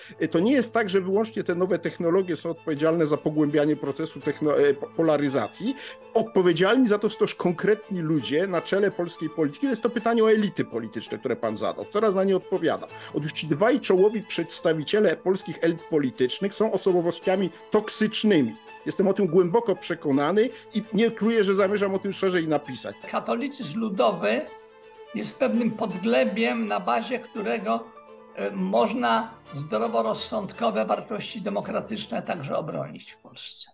To nie jest tak, że wyłącznie te nowe technologie są odpowiedzialne za pogłębianie procesu polaryzacji. Odpowiedzialni za to są też konkretni ludzie na czele polskiej polityki. Jest to pytanie o elity polityczne, które pan zadał. Kto na nie odpowiada? Otóż ci dwaj czołowi przedstawiciele polskich elit politycznych są osobowościami toksycznymi. Jestem o tym głęboko przekonany i nie kryję, że zamierzam o tym szerzej napisać. Katolicyzm ludowy jest pewnym podglebiem, na bazie którego można zdroworozsądkowe wartości demokratyczne także obronić w Polsce.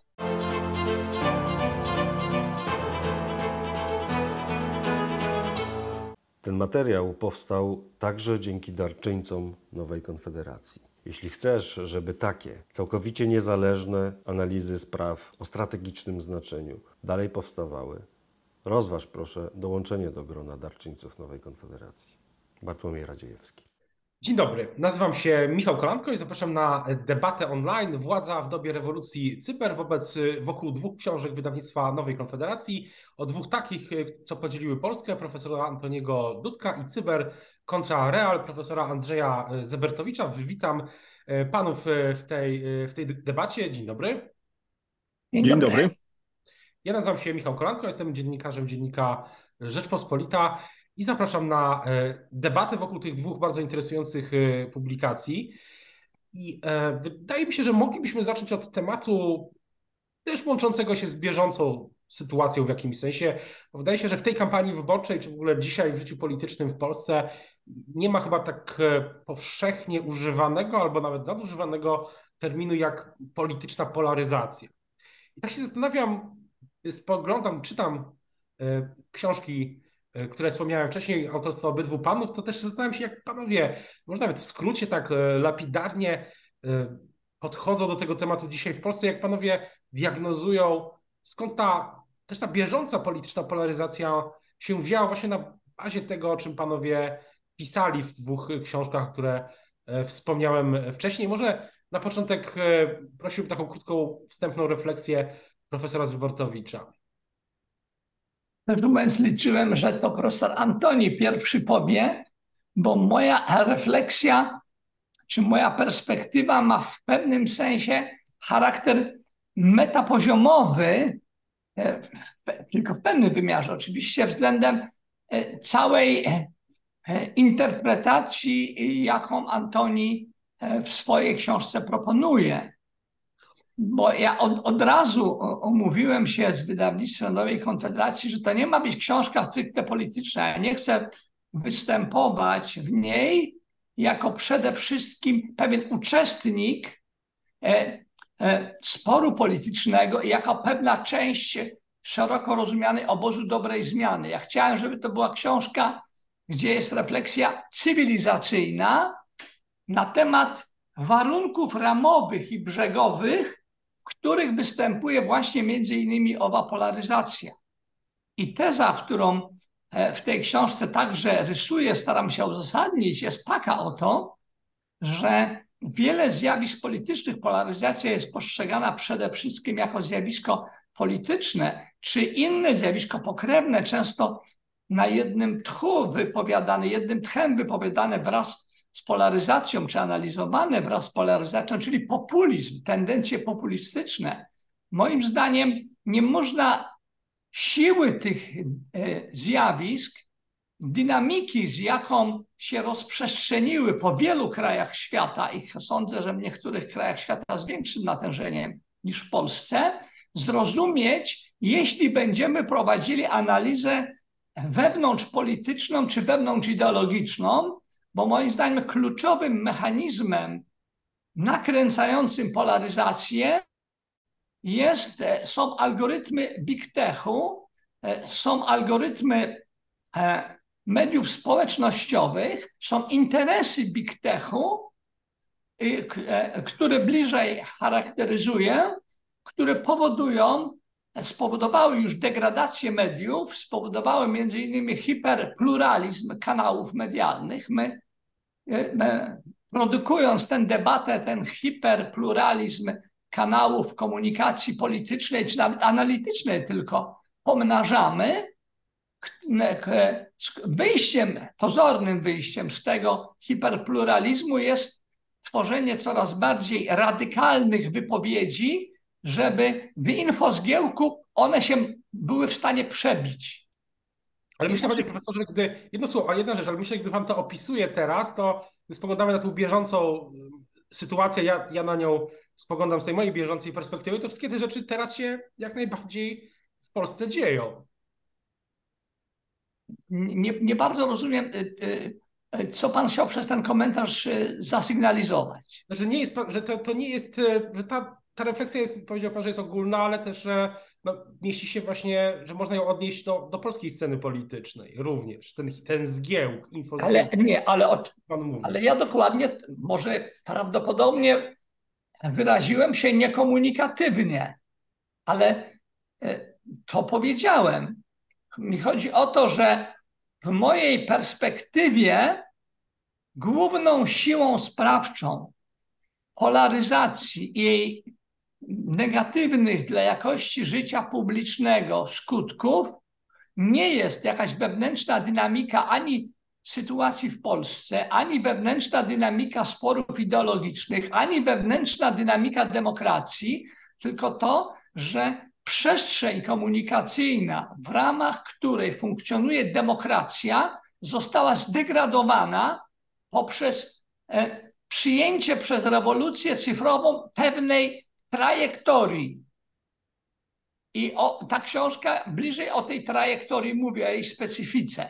Ten materiał powstał także dzięki darczyńcom Nowej Konfederacji. Jeśli chcesz, żeby takie całkowicie niezależne analizy spraw o strategicznym znaczeniu dalej powstawały, rozważ proszę dołączenie do grona darczyńców Nowej Konfederacji. Bartłomiej Radziejewski. Dzień dobry, nazywam się Michał Kolanko i zapraszam na debatę online Władza w dobie rewolucji cyber wokół dwóch książek wydawnictwa Nowej Konfederacji, o dwóch takich, co podzieliły Polskę, profesora Antoniego Dudka i Cyber kontra Real, profesora Andrzeja Zebertowicza. Witam panów w tej debacie. Dzień dobry. Dzień dobry. Ja nazywam się Michał Kolanko, jestem dziennikarzem dziennika Rzeczpospolita i zapraszam na debatę wokół tych dwóch bardzo interesujących publikacji. I wydaje mi się, że moglibyśmy zacząć od tematu też łączącego się z bieżącą sytuacją w jakimś sensie. Wydaje się, że w tej kampanii wyborczej, czy w ogóle dzisiaj w życiu politycznym w Polsce nie ma chyba tak powszechnie używanego albo nawet nadużywanego terminu jak polityczna polaryzacja. I tak się zastanawiam, spoglądam, czytam książki, które wspomniałem wcześniej, autorstwa obydwu panów, to też zastanawiam się, jak panowie, może nawet w skrócie, tak lapidarnie podchodzą do tego tematu dzisiaj w Polsce, jak panowie diagnozują, skąd też ta bieżąca polityczna polaryzacja się wzięła właśnie na bazie tego, o czym panowie pisali w dwóch książkach, które wspomniałem wcześniej. Może na początek prosiłbym taką krótką, wstępną refleksję profesora Zebertowicza. Mówiąc, liczyłem, że to profesor Antoni pierwszy powie, bo moja refleksja czy moja perspektywa ma w pewnym sensie charakter metapoziomowy, tylko w pewnym wymiarze oczywiście, względem całej interpretacji, jaką Antoni w swojej książce proponuje. Bo ja od razu umówiłem się z wydawnictwem Nowej Konfederacji, że to nie ma być książka stricte polityczna. Ja nie chcę występować w niej jako przede wszystkim pewien uczestnik sporu politycznego i jako pewna część szeroko rozumianej obozu dobrej zmiany. Ja chciałem, żeby to była książka, gdzie jest refleksja cywilizacyjna na temat warunków ramowych i brzegowych, w których występuje właśnie między innymi owa polaryzacja. I teza, którą w tej książce także rysuję, staram się uzasadnić, jest taka oto, że wiele zjawisk politycznych, polaryzacja jest postrzegana przede wszystkim jako zjawisko polityczne, czy inne zjawisko pokrewne, często na jednym tchu wypowiadane, jednym tchem wypowiadane wraz z polaryzacją, czy analizowane wraz z polaryzacją, czyli populizm, tendencje populistyczne. Moim zdaniem nie można siły tych zjawisk, dynamiki, z jaką się rozprzestrzeniły po wielu krajach świata, i sądzę, że w niektórych krajach świata z większym natężeniem niż w Polsce, zrozumieć, jeśli będziemy prowadzili analizę wewnątrzpolityczną czy wewnątrzideologiczną, bo moim zdaniem kluczowym mechanizmem nakręcającym polaryzację są algorytmy big techu, są algorytmy mediów społecznościowych, są interesy big techu, które bliżej charakteryzuję, które spowodowały już degradację mediów, spowodowały między innymi hiperpluralizm kanałów medialnych. My produkując tę debatę, ten hiperpluralizm kanałów komunikacji politycznej, czy nawet analitycznej tylko pomnażamy, pozornym wyjściem z tego hiperpluralizmu jest tworzenie coraz bardziej radykalnych wypowiedzi, żeby w infozgiełku one się były w stanie przebić. Ale myślę, panie profesorze, jedno słowo, a jedna rzecz, ale myślę, gdy pan to opisuje teraz, to spoglądamy na tą bieżącą sytuację, ja na nią spoglądam z tej mojej bieżącej perspektywy, to wszystkie te rzeczy teraz się jak najbardziej w Polsce dzieją. Nie bardzo rozumiem, co pan chciał przez ten komentarz zasygnalizować. Znaczy nie jest, że to nie jest, że ta refleksja jest, powiedział pan, że jest ogólna, ale też, że mieści się właśnie, że można ją odnieść do polskiej sceny politycznej również. Ten zgiełk, infozgiełk. Ale ja dokładnie, może prawdopodobnie wyraziłem się niekomunikatywnie, ale to powiedziałem. Mi chodzi o to, że w mojej perspektywie główną siłą sprawczą polaryzacji i jej negatywnych dla jakości życia publicznego skutków nie jest jakaś wewnętrzna dynamika ani sytuacji w Polsce, ani wewnętrzna dynamika sporów ideologicznych, ani wewnętrzna dynamika demokracji, tylko to, że przestrzeń komunikacyjna, w ramach której funkcjonuje demokracja, została zdegradowana poprzez przyjęcie przez rewolucję cyfrową pewnej trajektorii. I ta książka bliżej o tej trajektorii mówi, o jej specyfice.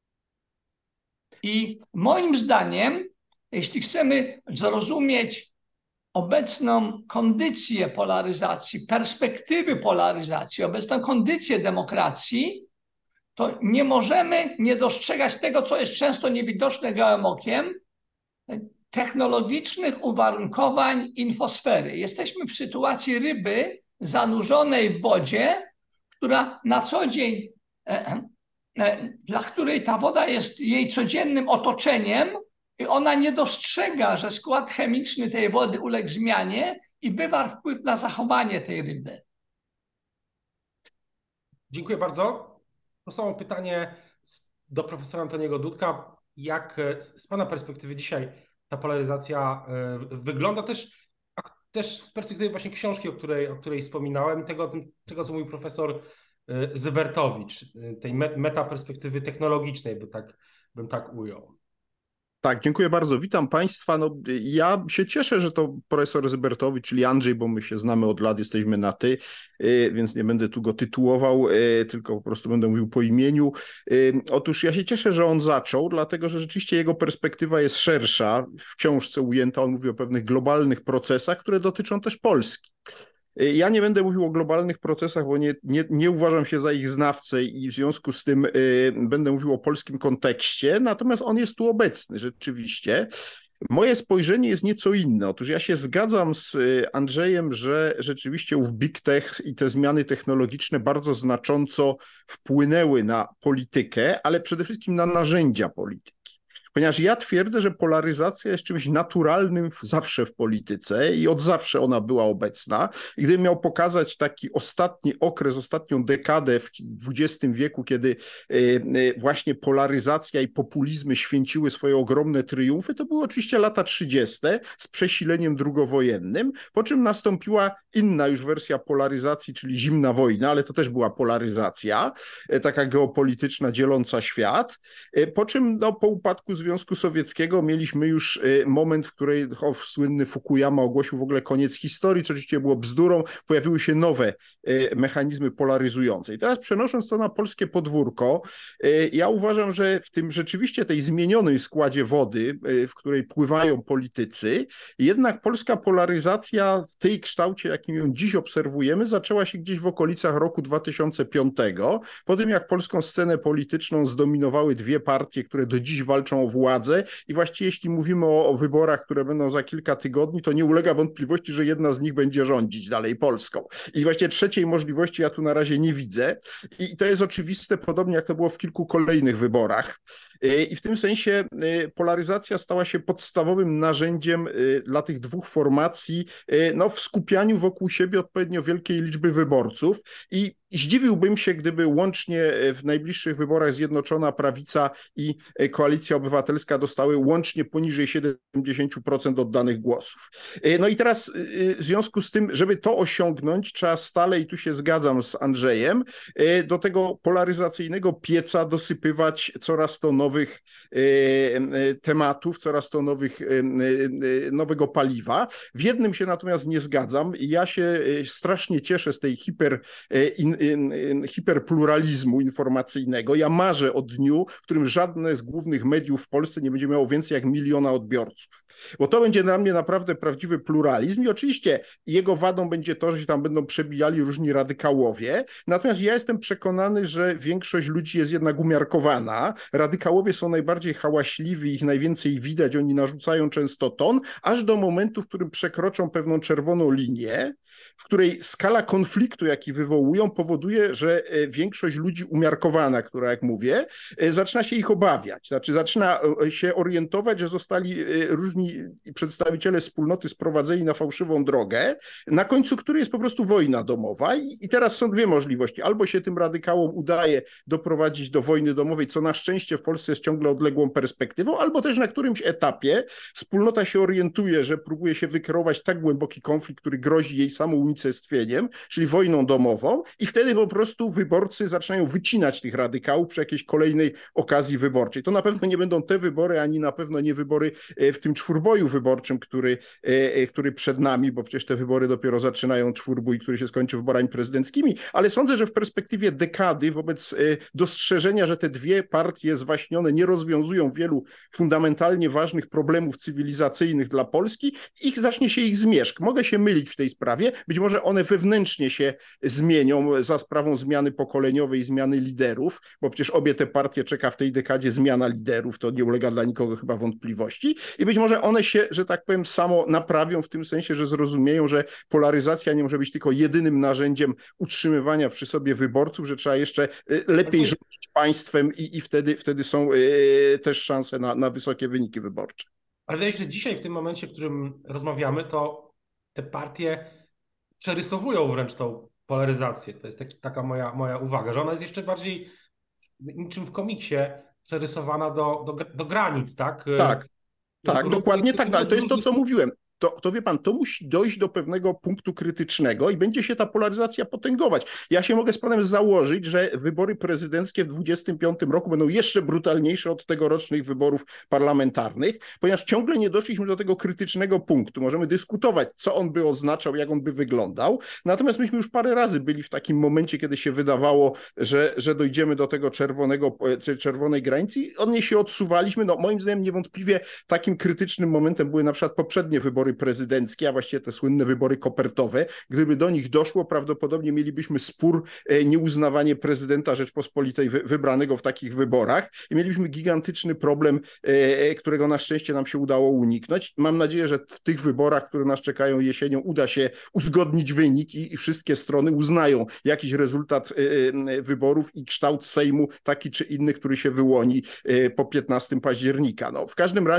I moim zdaniem, jeśli chcemy zrozumieć obecną kondycję polaryzacji, perspektywy polaryzacji, obecną kondycję demokracji, to nie możemy nie dostrzegać tego, co jest często niewidoczne gołym okiem, technologicznych uwarunkowań infosfery. Jesteśmy w sytuacji ryby zanurzonej w wodzie, która na co dzień, dla której ta woda jest jej codziennym otoczeniem i ona nie dostrzega, że skład chemiczny tej wody uległ zmianie i wywarł wpływ na zachowanie tej ryby. Dziękuję bardzo. To samo pytanie do profesora Antoniego Dudka. Jak z pana perspektywy dzisiaj ta polaryzacja wygląda też z perspektywy właśnie książki, o której wspominałem, tego, co mówił profesor Zybertowicz, tej metaperspektywy technologicznej, bym tak ujął. Tak, dziękuję bardzo. Witam Państwa. Ja się cieszę, że to profesor Zybertowicz, czyli Andrzej, bo my się znamy od lat, jesteśmy na ty, więc nie będę tu go tytułował, tylko po prostu będę mówił po imieniu. Otóż ja się cieszę, że on zaczął, dlatego że rzeczywiście jego perspektywa jest szersza, w książce ujęta. On mówi o pewnych globalnych procesach, które dotyczą też Polski. Ja nie będę mówił o globalnych procesach, bo nie uważam się za ich znawcę i w związku z tym będę mówił o polskim kontekście, natomiast on jest tu obecny rzeczywiście. Moje spojrzenie jest nieco inne. Otóż ja się zgadzam z Andrzejem, że rzeczywiście ów big tech i te zmiany technologiczne bardzo znacząco wpłynęły na politykę, ale przede wszystkim na narzędzia polityki. Ponieważ ja twierdzę, że polaryzacja jest czymś naturalnym zawsze w polityce i od zawsze ona była obecna. I gdybym miał pokazać taki ostatni okres, ostatnią dekadę w XX wieku, kiedy właśnie polaryzacja i populizmy święciły swoje ogromne triumfy, to były oczywiście lata 30. z przesileniem drugowojennym, po czym nastąpiła inna już wersja polaryzacji, czyli zimna wojna, ale to też była polaryzacja, taka geopolityczna, dzieląca świat, po czym po upadku Związku Sowieckiego mieliśmy już moment, w którym słynny Fukuyama ogłosił w ogóle koniec historii, co oczywiście było bzdurą, pojawiły się nowe mechanizmy polaryzujące. I teraz przenosząc to na polskie podwórko, ja uważam, że w tym rzeczywiście tej zmienionej składzie wody, w której pływają politycy, jednak polska polaryzacja w tej kształcie, jakim ją dziś obserwujemy, zaczęła się gdzieś w okolicach roku 2005, po tym jak polską scenę polityczną zdominowały dwie partie, które do dziś walczą o władzę i właściwie jeśli mówimy o wyborach, które będą za kilka tygodni, to nie ulega wątpliwości, że jedna z nich będzie rządzić dalej Polską. I właściwie trzeciej możliwości ja tu na razie nie widzę i to jest oczywiste, podobnie jak to było w kilku kolejnych wyborach. I w tym sensie polaryzacja stała się podstawowym narzędziem dla tych dwóch formacji no, w skupianiu wokół siebie odpowiednio wielkiej liczby wyborców. I zdziwiłbym się, gdyby łącznie w najbliższych wyborach Zjednoczona Prawica i Koalicja Obywatelska dostały łącznie poniżej 70% oddanych głosów. No i teraz w związku z tym, żeby to osiągnąć, trzeba stale, i tu się zgadzam z Andrzejem, do tego polaryzacyjnego pieca dosypywać coraz to nowych tematów, coraz to nowego paliwa. W jednym się natomiast nie zgadzam. Ja się strasznie cieszę z tej hiperpluralizmu informacyjnego. Ja marzę o dniu, w którym żadne z głównych mediów w Polsce nie będzie miało więcej jak 1 miliona odbiorców. Bo to będzie dla mnie naprawdę prawdziwy pluralizm i oczywiście jego wadą będzie to, że się tam będą przebijali różni radykałowie. Natomiast ja jestem przekonany, że większość ludzi jest jednak umiarkowana. Radykałowie są najbardziej hałaśliwi, ich najwięcej widać, oni narzucają często ton, aż do momentu, w którym przekroczą pewną czerwoną linię, w której skala konfliktu, jaki wywołują, powoduje, że większość ludzi umiarkowana, która, jak mówię, zaczyna się ich obawiać. Znaczy zaczyna się orientować, że zostali różni przedstawiciele wspólnoty sprowadzeni na fałszywą drogę, na końcu której jest po prostu wojna domowa. I teraz są dwie możliwości. Albo się tym radykałom udaje doprowadzić do wojny domowej, co na szczęście w Polsce jest ciągle odległą perspektywą, albo też na którymś etapie wspólnota się orientuje, że próbuje się wykreować tak głęboki konflikt, który grozi jej samounicestwieniem, czyli wojną domową, i wtedy po prostu wyborcy zaczynają wycinać tych radykałów przy jakiejś kolejnej okazji wyborczej. To na pewno nie będą te wybory, ani na pewno nie wybory w tym czwórboju wyborczym, który przed nami, bo przecież te wybory dopiero zaczynają czwórbój, który się skończy wyborami prezydenckimi, ale sądzę, że w perspektywie dekady wobec dostrzeżenia, że te dwie partie zwaśnione nie rozwiązują wielu fundamentalnie ważnych problemów cywilizacyjnych dla Polski, zacznie się ich zmierzch. Mogę się mylić w tej sprawie, być może one wewnętrznie się zmienią za sprawą zmiany pokoleniowej i zmiany liderów, bo przecież obie te partie czeka w tej dekadzie zmiana liderów, to nie ulega dla nikogo chyba wątpliwości, i być może one się, że tak powiem, samo naprawią w tym sensie, że zrozumieją, że polaryzacja nie może być tylko jedynym narzędziem utrzymywania przy sobie wyborców, że trzeba jeszcze lepiej rządzić państwem i wtedy są też szanse na wysokie wyniki wyborcze. Ale wydaje się, że dzisiaj w tym momencie, w którym rozmawiamy, to te partie przerysowują wręcz tą polaryzację. To jest taka moja uwaga, że ona jest jeszcze bardziej niczym w komiksie przerysowana do granic, tak? Tak, dokładnie tak, ale to jest to, co mówiłem. To wie pan, to musi dojść do pewnego punktu krytycznego i będzie się ta polaryzacja potęgować. Ja się mogę z panem założyć, że wybory prezydenckie w 2025 roku będą jeszcze brutalniejsze od tegorocznych wyborów parlamentarnych, ponieważ ciągle nie doszliśmy do tego krytycznego punktu. Możemy dyskutować, co on by oznaczał, jak on by wyglądał. Natomiast myśmy już parę razy byli w takim momencie, kiedy się wydawało, że dojdziemy do tego czerwonej granicy i od niej się odsuwaliśmy. No, moim zdaniem niewątpliwie takim krytycznym momentem były na przykład poprzednie wybory prezydenckie, a właściwie te słynne wybory kopertowe. Gdyby do nich doszło, prawdopodobnie mielibyśmy spór, nieuznawanie prezydenta Rzeczpospolitej wybranego w takich wyborach i mielibyśmy gigantyczny problem, którego na szczęście nam się udało uniknąć. Mam nadzieję, że w tych wyborach, które nas czekają jesienią, uda się uzgodnić wynik i wszystkie strony uznają jakiś rezultat wyborów i kształt Sejmu taki czy inny, który się wyłoni po 15 października. No, w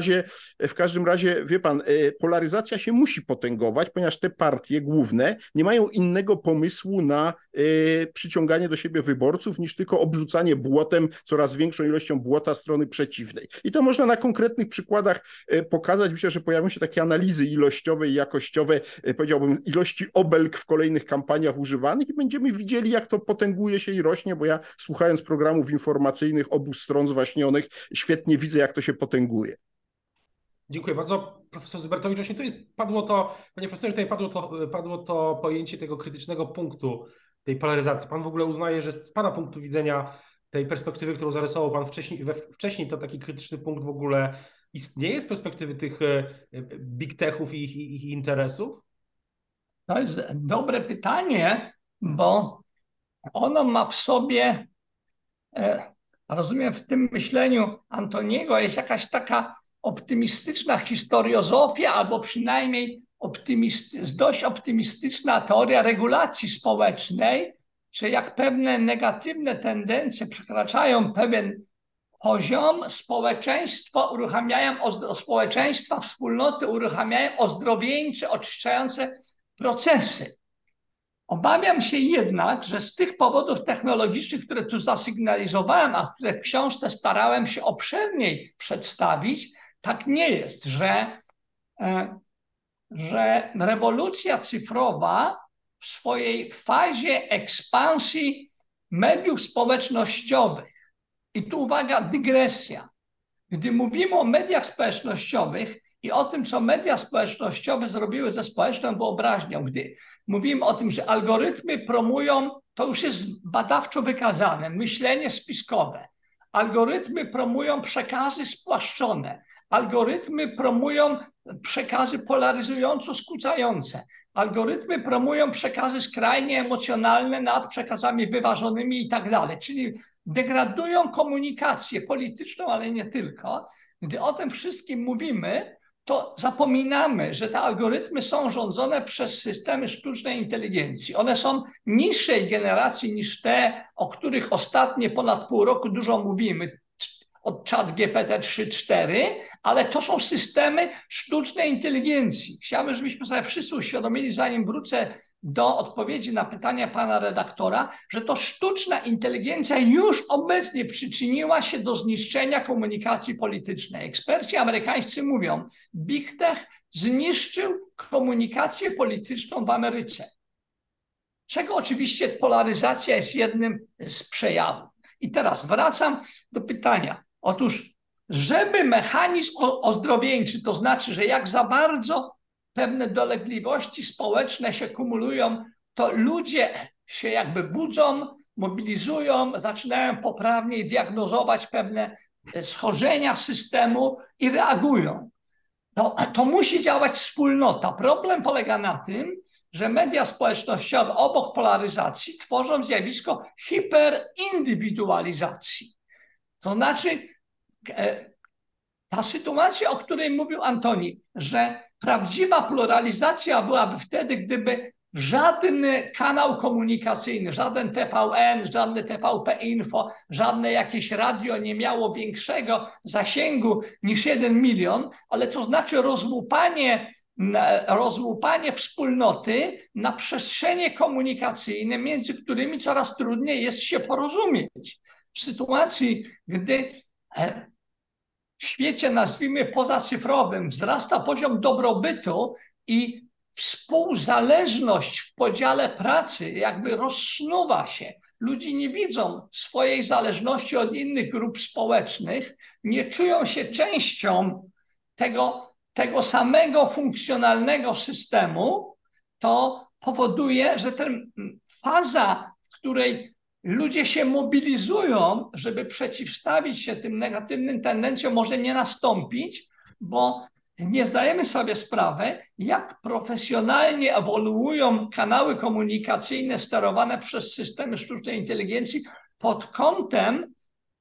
każdym razie, wie pan, polaryzacja się musi potęgować, ponieważ te partie główne nie mają innego pomysłu na przyciąganie do siebie wyborców niż tylko obrzucanie błotem, coraz większą ilością błota strony przeciwnej. I to można na konkretnych przykładach pokazać. Myślę, że pojawią się takie analizy ilościowe i jakościowe, powiedziałbym, ilości obelg w kolejnych kampaniach używanych i będziemy widzieli, jak to potęguje się i rośnie, bo ja słuchając programów informacyjnych obu stron zwaśnionych świetnie widzę, jak to się potęguje. Dziękuję bardzo. Profesor Zybertowicz, właśnie panie profesorze, tutaj padło to pojęcie tego krytycznego punktu, tej polaryzacji. Pan w ogóle uznaje, że z pana punktu widzenia tej perspektywy, którą zarysował pan wcześniej, to taki krytyczny punkt w ogóle istnieje z perspektywy tych big techów i ich interesów? To jest dobre pytanie, bo ono ma w sobie, rozumiem, w tym myśleniu Antoniego jest jakaś taka optymistyczna historiozofia, albo przynajmniej dość optymistyczna teoria regulacji społecznej, że jak pewne negatywne tendencje przekraczają pewien poziom społeczeństwa, wspólnoty uruchamiają ozdrowieńcze, oczyszczające procesy. Obawiam się jednak, że z tych powodów technologicznych, które tu zasygnalizowałem, a które w książce starałem się obszerniej przedstawić, tak nie jest, że rewolucja cyfrowa w swojej fazie ekspansji mediów społecznościowych, i tu uwaga, dygresja. Gdy mówimy o mediach społecznościowych i o tym, co media społecznościowe zrobiły ze społeczną wyobraźnią, gdy mówimy o tym, że algorytmy promują, to już jest badawczo wykazane, myślenie spiskowe. Algorytmy promują przekazy spłaszczone. Algorytmy promują przekazy polaryzująco skłócające. Algorytmy promują przekazy skrajnie emocjonalne nad przekazami wyważonymi i tak dalej. Czyli degradują komunikację polityczną, ale nie tylko. Gdy o tym wszystkim mówimy, to zapominamy, że te algorytmy są rządzone przez systemy sztucznej inteligencji. One są niższej generacji niż te, o których ostatnie ponad pół roku dużo mówimy, od ChatGPT 3.4, ale to są systemy sztucznej inteligencji. Chciałbym, żebyśmy sobie wszyscy uświadomili, zanim wrócę do odpowiedzi na pytania pana redaktora, że to sztuczna inteligencja już obecnie przyczyniła się do zniszczenia komunikacji politycznej. Eksperci amerykańscy mówią, Big Tech zniszczył komunikację polityczną w Ameryce, czego oczywiście polaryzacja jest jednym z przejawów. I teraz wracam do pytania. Otóż, żeby mechanizm ozdrowieńczy, to znaczy, że jak za bardzo pewne dolegliwości społeczne się kumulują, to ludzie się jakby budzą, mobilizują, zaczynają poprawniej diagnozować pewne schorzenia systemu i reagują. To musi działać wspólnota. Problem polega na tym, że media społecznościowe obok polaryzacji tworzą zjawisko hiperindywidualizacji. To znaczy ta sytuacja, o której mówił Antoni, że prawdziwa pluralizacja byłaby wtedy, gdyby żaden kanał komunikacyjny, żaden TVN, żadne TVP Info, żadne jakieś radio nie miało większego zasięgu niż 1 milion, ale to znaczy rozłupanie wspólnoty na przestrzenie komunikacyjne, między którymi coraz trudniej jest się porozumieć. W sytuacji, gdy w świecie, nazwijmy pozacyfrowym, wzrasta poziom dobrobytu i współzależność w podziale pracy jakby rozsnuwa się. Ludzie nie widzą swojej zależności od innych grup społecznych, nie czują się częścią tego samego funkcjonalnego systemu, to powoduje, że ta faza, w której ludzie się mobilizują, żeby przeciwstawić się tym negatywnym tendencjom, może nie nastąpić, bo nie zdajemy sobie sprawy, jak profesjonalnie ewoluują kanały komunikacyjne sterowane przez systemy sztucznej inteligencji pod kątem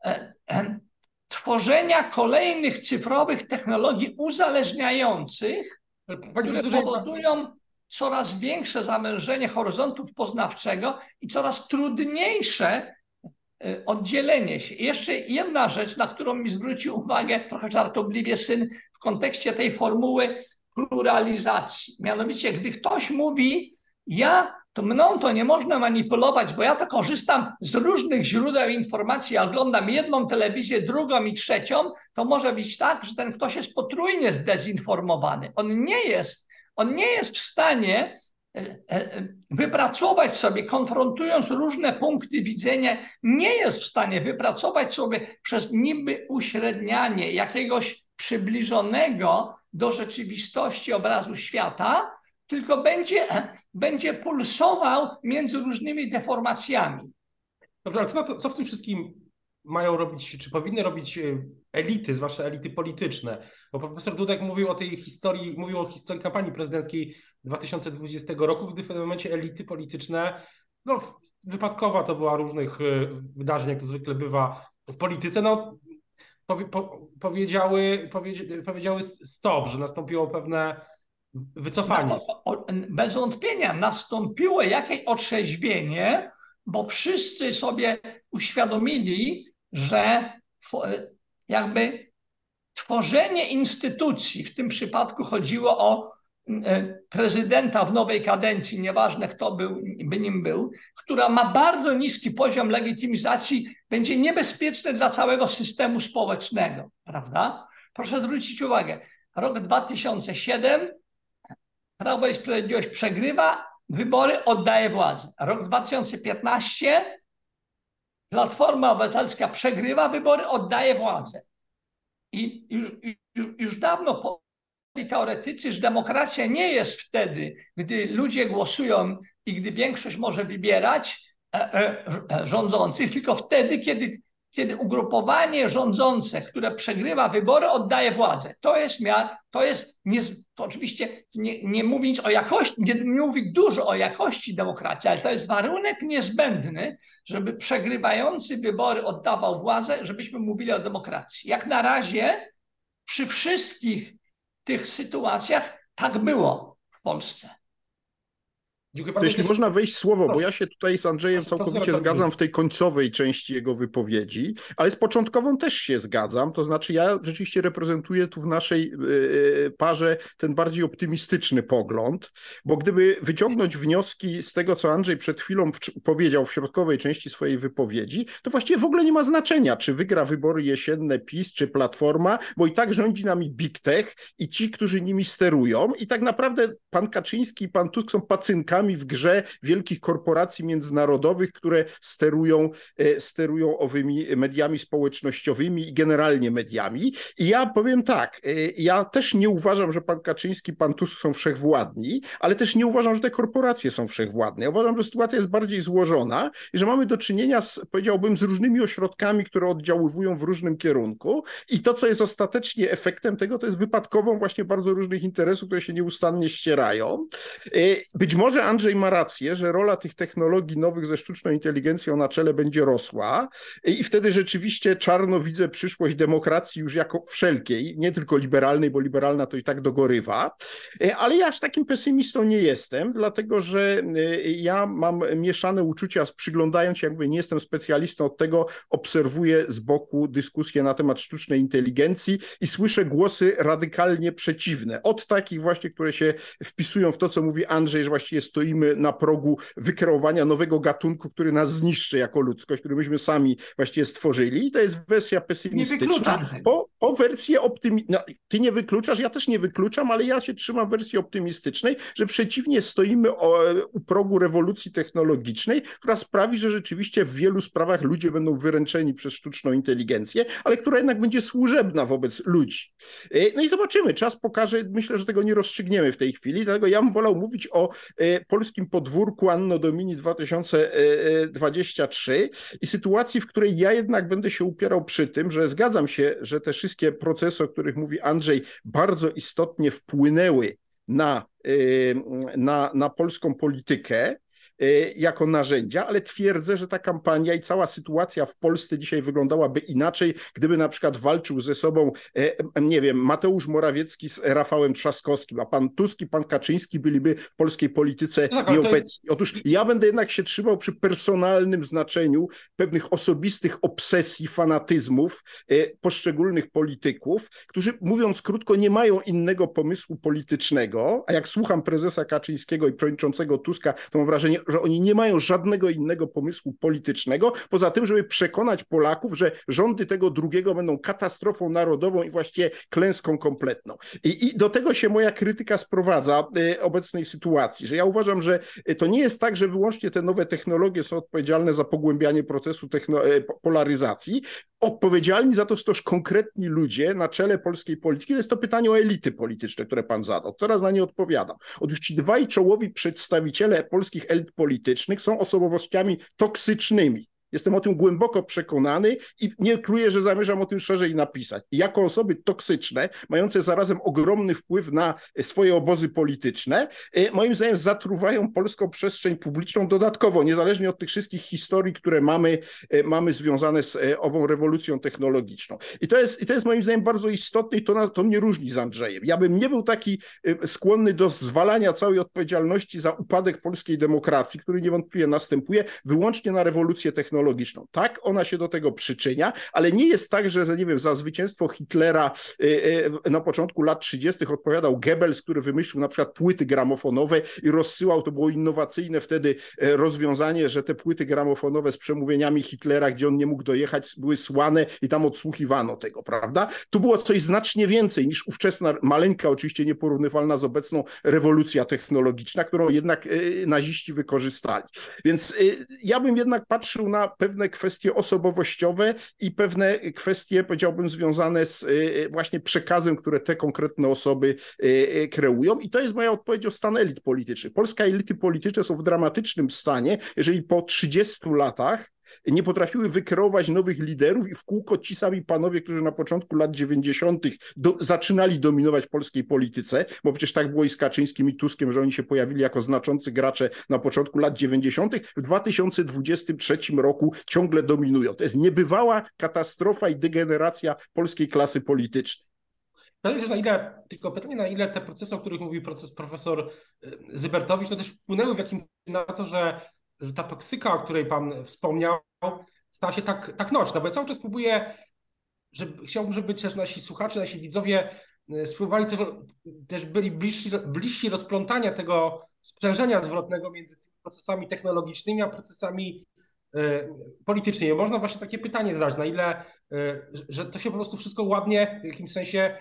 tworzenia kolejnych cyfrowych technologii uzależniających, które powodują coraz większe zawężenie horyzontów poznawczego i coraz trudniejsze oddzielenie się. I jeszcze jedna rzecz, na którą mi zwrócił uwagę trochę żartobliwie syn w kontekście tej formuły pluralizacji. Mianowicie, gdy ktoś mówi, mną to nie można manipulować, bo ja to korzystam z różnych źródeł informacji, oglądam jedną telewizję, drugą i trzecią, to może być tak, że ten ktoś jest potrójnie zdezinformowany. On nie jest w stanie wypracować sobie, konfrontując różne punkty widzenia, nie jest w stanie wypracować sobie przez niby uśrednianie jakiegoś przybliżonego do rzeczywistości obrazu świata, tylko będzie pulsował między różnymi deformacjami. Dobrze, ale co w tym wszystkim mają robić, czy powinny robić elity, zwłaszcza elity polityczne? Bo profesor Dudek mówił o tej historii, mówił o historii kampanii prezydenckiej 2020 roku, gdy w pewnym momencie elity polityczne, wypadkowa to była różnych wydarzeń, jak to zwykle bywa w polityce, powiedziały stop, że nastąpiło pewne wycofanie. Bez wątpienia nastąpiło jakieś otrzeźwienie, bo wszyscy sobie uświadomili, że jakby tworzenie instytucji, w tym przypadku chodziło o prezydenta w nowej kadencji, nieważne kto by nim był, która ma bardzo niski poziom legitymizacji, będzie niebezpieczne dla całego systemu społecznego, prawda? Proszę zwrócić uwagę, rok 2007, Prawo i Sprawiedliwość przegrywa, wybory, oddaje władzę. Rok 2015, Platforma Obywatelska przegrywa wybory, oddaje władzę. I już dawno teoretycy, że demokracja nie jest wtedy, gdy ludzie głosują i gdy większość może wybierać rządzących, tylko wtedy, kiedy ugrupowanie rządzące, które przegrywa wybory, oddaje władzę. To oczywiście nie mówić o jakości, nie mówić dużo o jakości demokracji, ale to jest warunek niezbędny, żeby przegrywający wybory oddawał władzę, żebyśmy mówili o demokracji. Jak na razie przy wszystkich tych sytuacjach tak było w Polsce. Dziękuję To bardzo. jeśli można wejść słowo, bo ja się tutaj z Andrzejem całkowicie zgadzam w tej końcowej części jego wypowiedzi, ale z początkową też się zgadzam, to znaczy ja rzeczywiście reprezentuję tu w naszej parze ten bardziej optymistyczny pogląd, bo gdyby wyciągnąć wnioski z tego, co Andrzej przed chwilą powiedział w środkowej części swojej wypowiedzi, to właściwie w ogóle nie ma znaczenia, czy wygra wybory jesienne PiS, czy Platforma, bo i tak rządzi nami Big Tech i ci, którzy nimi sterują i tak naprawdę pan Kaczyński i pan Tusk są pacynkami w grze wielkich korporacji międzynarodowych, które sterują owymi mediami społecznościowymi i generalnie mediami. I ja powiem tak, ja też nie uważam, że pan Kaczyński, pan Tusk są wszechwładni, ale też nie uważam, że te korporacje są wszechwładne. Ja uważam, że sytuacja jest bardziej złożona i że mamy do czynienia powiedziałbym, z różnymi ośrodkami, które oddziaływują w różnym kierunku i to, co jest ostatecznie efektem tego, to jest wypadkową właśnie bardzo różnych interesów, które się nieustannie ścierają. Być może Andrzej ma rację, że rola tych technologii nowych ze sztuczną inteligencją na czele będzie rosła i wtedy rzeczywiście czarno widzę przyszłość demokracji już jako wszelkiej, nie tylko liberalnej, bo liberalna to i tak dogorywa, ale ja aż takim pesymistą nie jestem, dlatego że ja mam mieszane uczucia, przyglądając się, jakby nie jestem specjalistą od tego, obserwuję z boku dyskusje na temat sztucznej inteligencji i słyszę głosy radykalnie przeciwne, od takich właśnie, które się wpisują w to, co mówi Andrzej, że właściwie stoimy na progu wykreowania nowego gatunku, który nas zniszczy jako ludzkość, który myśmy sami właściwie stworzyli. I to jest wersja pesymistyczna. Po wersję optymistyczną. No, ty nie wykluczasz, ja też nie wykluczam, ale ja się trzymam wersji optymistycznej, że przeciwnie stoimy u progu rewolucji technologicznej, która sprawi, że rzeczywiście w wielu sprawach ludzie będą wyręczeni przez sztuczną inteligencję, ale która jednak będzie służebna wobec ludzi. No i zobaczymy, czas pokaże, myślę, że tego nie rozstrzygniemy w tej chwili, dlatego ja bym wolał mówić o polskim podwórku Anno Domini 2023 i sytuacji, w której ja jednak będę się upierał przy tym, że zgadzam się, że te wszystkie procesy, o których mówi Andrzej, bardzo istotnie wpłynęły na polską politykę jako narzędzia, ale twierdzę, że ta kampania i cała sytuacja w Polsce dzisiaj wyglądałaby inaczej, gdyby na przykład walczył ze sobą, nie wiem, Mateusz Morawiecki z Rafałem Trzaskowskim, a pan Tusk i pan Kaczyński byliby w polskiej polityce nieobecni. Otóż ja będę jednak się trzymał przy personalnym znaczeniu pewnych osobistych obsesji, fanatyzmów poszczególnych polityków, którzy, mówiąc krótko, nie mają innego pomysłu politycznego, a jak słucham prezesa Kaczyńskiego i przewodniczącego Tuska, to mam wrażenie, że oni nie mają żadnego innego pomysłu politycznego, poza tym, żeby przekonać Polaków, że rządy tego drugiego będą katastrofą narodową i właściwie klęską kompletną. I do tego się moja krytyka sprowadza obecnej sytuacji, że ja uważam, że to nie jest tak, że wyłącznie te nowe technologie są odpowiedzialne za pogłębianie procesu polaryzacji. Odpowiedzialni za to są też konkretni ludzie na czele polskiej polityki. To jest to pytanie o elity polityczne, które pan zadał. Teraz na nie odpowiadam. Otóż ci dwaj czołowi przedstawiciele polskich elit politycznych są osobowościami toksycznymi. Jestem o tym głęboko przekonany i nie kryję, że zamierzam o tym szerzej napisać. I jako osoby toksyczne, mające zarazem ogromny wpływ na swoje obozy polityczne, moim zdaniem zatruwają polską przestrzeń publiczną dodatkowo, niezależnie od tych wszystkich historii, które mamy związane z ową rewolucją technologiczną. I to jest moim zdaniem bardzo istotne i to mnie różni z Andrzejem. Ja bym nie był taki skłonny do zwalania całej odpowiedzialności za upadek polskiej demokracji, który niewątpliwie następuje, wyłącznie na rewolucję technologiczną. technologiczną. Tak, ona się do tego przyczynia, ale nie jest tak, że nie wiem, za zwycięstwo Hitlera na początku lat 30. odpowiadał Goebbels, który wymyślił na przykład płyty gramofonowe i rozsyłał, to było innowacyjne wtedy rozwiązanie, że te płyty gramofonowe z przemówieniami Hitlera, gdzie on nie mógł dojechać, były słane i tam odsłuchiwano tego, prawda? Tu było coś znacznie więcej niż ówczesna, maleńka, oczywiście nieporównywalna z obecną rewolucja technologiczna, którą jednak naziści wykorzystali. Więc ja bym jednak patrzył na pewne kwestie osobowościowe i pewne kwestie, powiedziałbym, związane z właśnie przekazem, które te konkretne osoby kreują. I to jest moja odpowiedź o stan elit politycznych. Polskie elity polityczne są w dramatycznym stanie, jeżeli po 30 latach nie potrafiły wykreować nowych liderów i w kółko ci sami panowie, którzy na początku lat 90. zaczynali dominować w polskiej polityce, bo przecież tak było i z Kaczyńskim i Tuskiem, że oni się pojawili jako znaczący gracze na początku lat 90. W 2023 roku ciągle dominują. To jest niebywała katastrofa i degeneracja polskiej klasy politycznej. Pytanie, na ile te procesy, o których mówił profesor Zybertowicz, to też wpłynęły w jakimś na to, że ta toksyka, o której pan wspomniał, stała się tak nośna, bo ja cały czas próbuję, chciałbym, żeby też nasi słuchacze, nasi widzowie spróbowali też byli bliżsi rozplątania tego sprzężenia zwrotnego między tymi procesami technologicznymi a procesami politycznymi. Można właśnie takie pytanie zadać, na ile, że to się po prostu wszystko ładnie, w jakimś sensie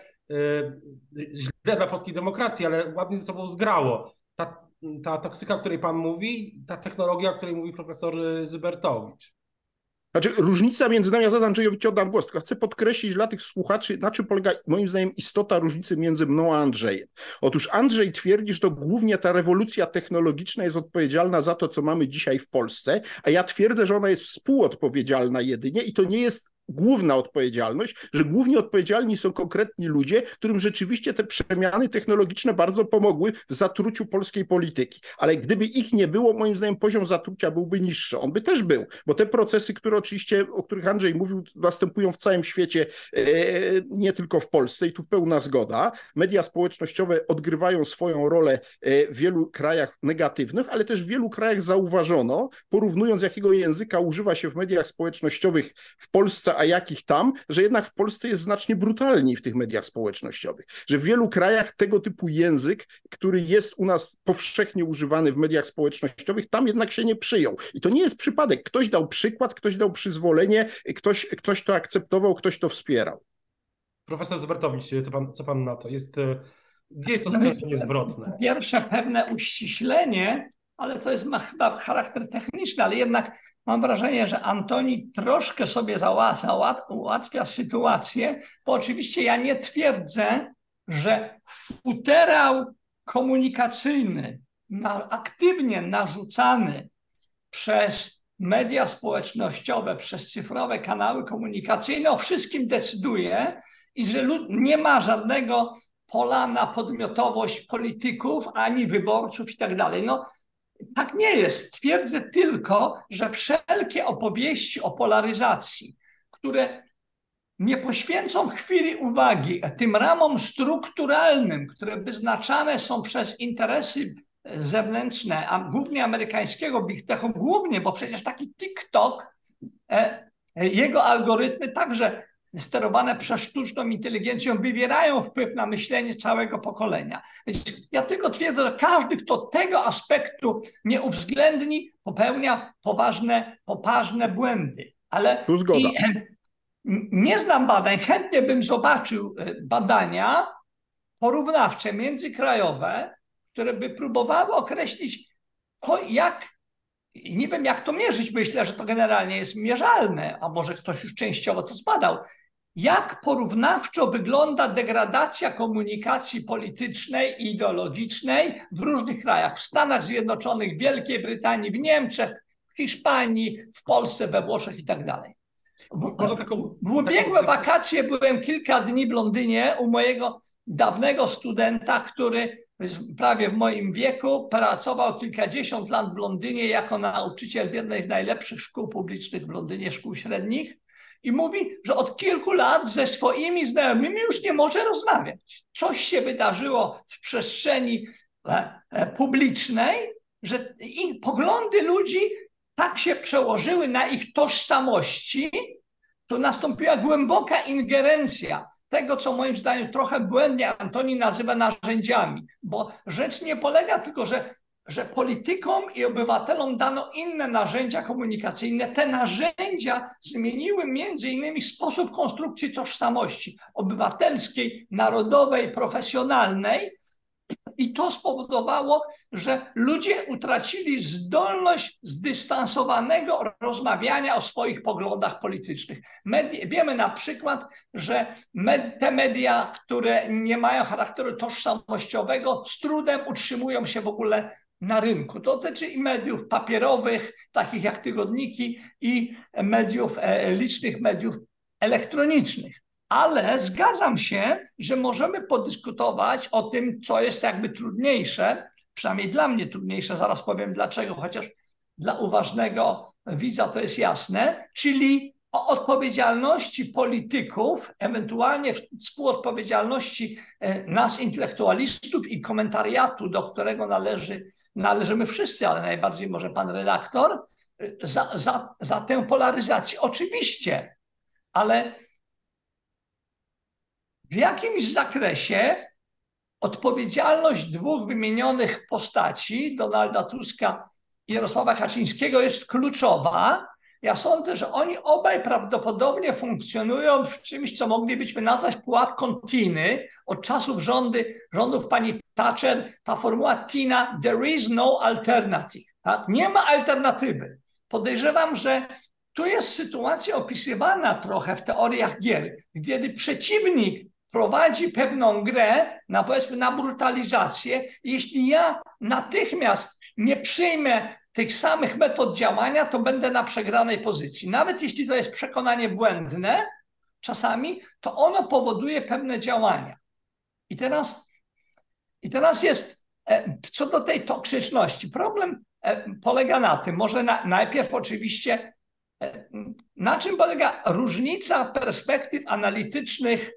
źle dla polskiej demokracji, ale ładnie ze sobą zgrało. Ta toksyka, o której pan mówi, ta technologia, o której mówi profesor Zybertowicz. Znaczy, różnica między nami, ja zaraz Andrzejowi oddam głos, tylko chcę podkreślić dla tych słuchaczy, na czym polega moim zdaniem istota różnicy między mną a Andrzejem. Otóż Andrzej twierdzi, że to głównie ta rewolucja technologiczna jest odpowiedzialna za to, co mamy dzisiaj w Polsce, a ja twierdzę, że ona jest współodpowiedzialna jedynie i to nie jest główna odpowiedzialność, że głównie odpowiedzialni są konkretni ludzie, którym rzeczywiście te przemiany technologiczne bardzo pomogły w zatruciu polskiej polityki. Ale gdyby ich nie było, moim zdaniem poziom zatrucia byłby niższy. On by też był, bo te procesy, które oczywiście, o których Andrzej mówił, następują w całym świecie, nie tylko w Polsce i tu pełna zgoda. Media społecznościowe odgrywają swoją rolę w wielu krajach negatywnych, ale też w wielu krajach zauważono, porównując jakiego języka używa się w mediach społecznościowych w Polsce, a jakich tam, że jednak w Polsce jest znacznie brutalniej w tych mediach społecznościowych. Że w wielu krajach tego typu język, który jest u nas powszechnie używany w mediach społecznościowych, tam jednak się nie przyjął. I to nie jest przypadek. Ktoś dał przykład, ktoś dał przyzwolenie, ktoś to akceptował, ktoś to wspierał. Profesor Zybertowicz, co pan na to? Gdzie jest to sprzężenie zwrotne? Pierwsze pewne uściślenie, ale to ma chyba charakter techniczny, ale jednak mam wrażenie, że Antoni troszkę sobie ułatwia sytuację, bo oczywiście ja nie twierdzę, że futerał komunikacyjny aktywnie narzucany przez media społecznościowe, przez cyfrowe kanały komunikacyjne o wszystkim decyduje i że nie ma żadnego pola na podmiotowość polityków ani wyborców i tak dalej. No, tak nie jest. Twierdzę tylko, że wszelkie opowieści o polaryzacji, które nie poświęcą chwili uwagi tym ramom strukturalnym, które wyznaczane są przez interesy zewnętrzne, a głównie amerykańskiego big techu, głównie, bo przecież taki TikTok, jego algorytmy także sterowane przez sztuczną inteligencją wywierają wpływ na myślenie całego pokolenia. Więc ja tylko twierdzę, że każdy, kto tego aspektu nie uwzględni, popełnia poważne błędy. Ale tu zgoda. Nie znam badań, chętnie bym zobaczył badania porównawcze, międzykrajowe, które by próbowały określić, nie wiem jak to mierzyć, myślę, że to generalnie jest mierzalne, a może ktoś już częściowo to zbadał, jak porównawczo wygląda degradacja komunikacji politycznej i ideologicznej w różnych krajach, w Stanach Zjednoczonych, w Wielkiej Brytanii, w Niemczech, w Hiszpanii, w Polsce, we Włoszech i tak dalej. W ubiegłe wakacje byłem kilka dni w Londynie u mojego dawnego studenta, który prawie w moim wieku pracował kilkadziesiąt lat w Londynie jako nauczyciel w jednej z najlepszych szkół publicznych w Londynie, szkół średnich, i mówi, że od kilku lat ze swoimi znajomymi już nie może rozmawiać. Coś się wydarzyło w przestrzeni publicznej, że poglądy ludzi tak się przełożyły na ich tożsamości, to nastąpiła głęboka ingerencja tego, co moim zdaniem trochę błędnie Antoni nazywa narzędziami, bo rzecz nie polega tylko, że politykom i obywatelom dano inne narzędzia komunikacyjne. Te narzędzia zmieniły między innymi sposób konstrukcji tożsamości obywatelskiej, narodowej, profesjonalnej, i to spowodowało, że ludzie utracili zdolność zdystansowanego rozmawiania o swoich poglądach politycznych. Wiemy na przykład, że te media, które nie mają charakteru tożsamościowego, z trudem utrzymują się w ogóle na rynku. To dotyczy i mediów papierowych, takich jak tygodniki, i licznych mediów elektronicznych. Ale zgadzam się, że możemy podyskutować o tym, co jest jakby trudniejsze, przynajmniej dla mnie trudniejsze, zaraz powiem dlaczego, chociaż dla uważnego widza to jest jasne, czyli o odpowiedzialności polityków, ewentualnie współodpowiedzialności nas, intelektualistów i komentariatu, do którego należymy wszyscy, ale najbardziej może pan redaktor, za tę polaryzację. Oczywiście, ale w jakimś zakresie odpowiedzialność dwóch wymienionych postaci, Donalda Tuska i Jarosława Kaczyńskiego, jest kluczowa. Ja sądzę, że oni obaj prawdopodobnie funkcjonują w czymś, co moglibyśmy nazwać pułapką Tiny. Od czasów rządów pani Thatcher ta formuła Tina, there is no alternative. Tak? Nie ma alternatywy. Podejrzewam, że tu jest sytuacja opisywana trochę w teoriach gier, kiedy przeciwnik prowadzi pewną grę powiedzmy na brutalizację. Jeśli ja natychmiast nie przyjmę tych samych metod działania, to będę na przegranej pozycji. Nawet jeśli to jest przekonanie błędne, czasami to ono powoduje pewne działania. I teraz jest, co do tej toksyczności, problem polega na tym, może najpierw oczywiście, na czym polega różnica perspektyw analitycznych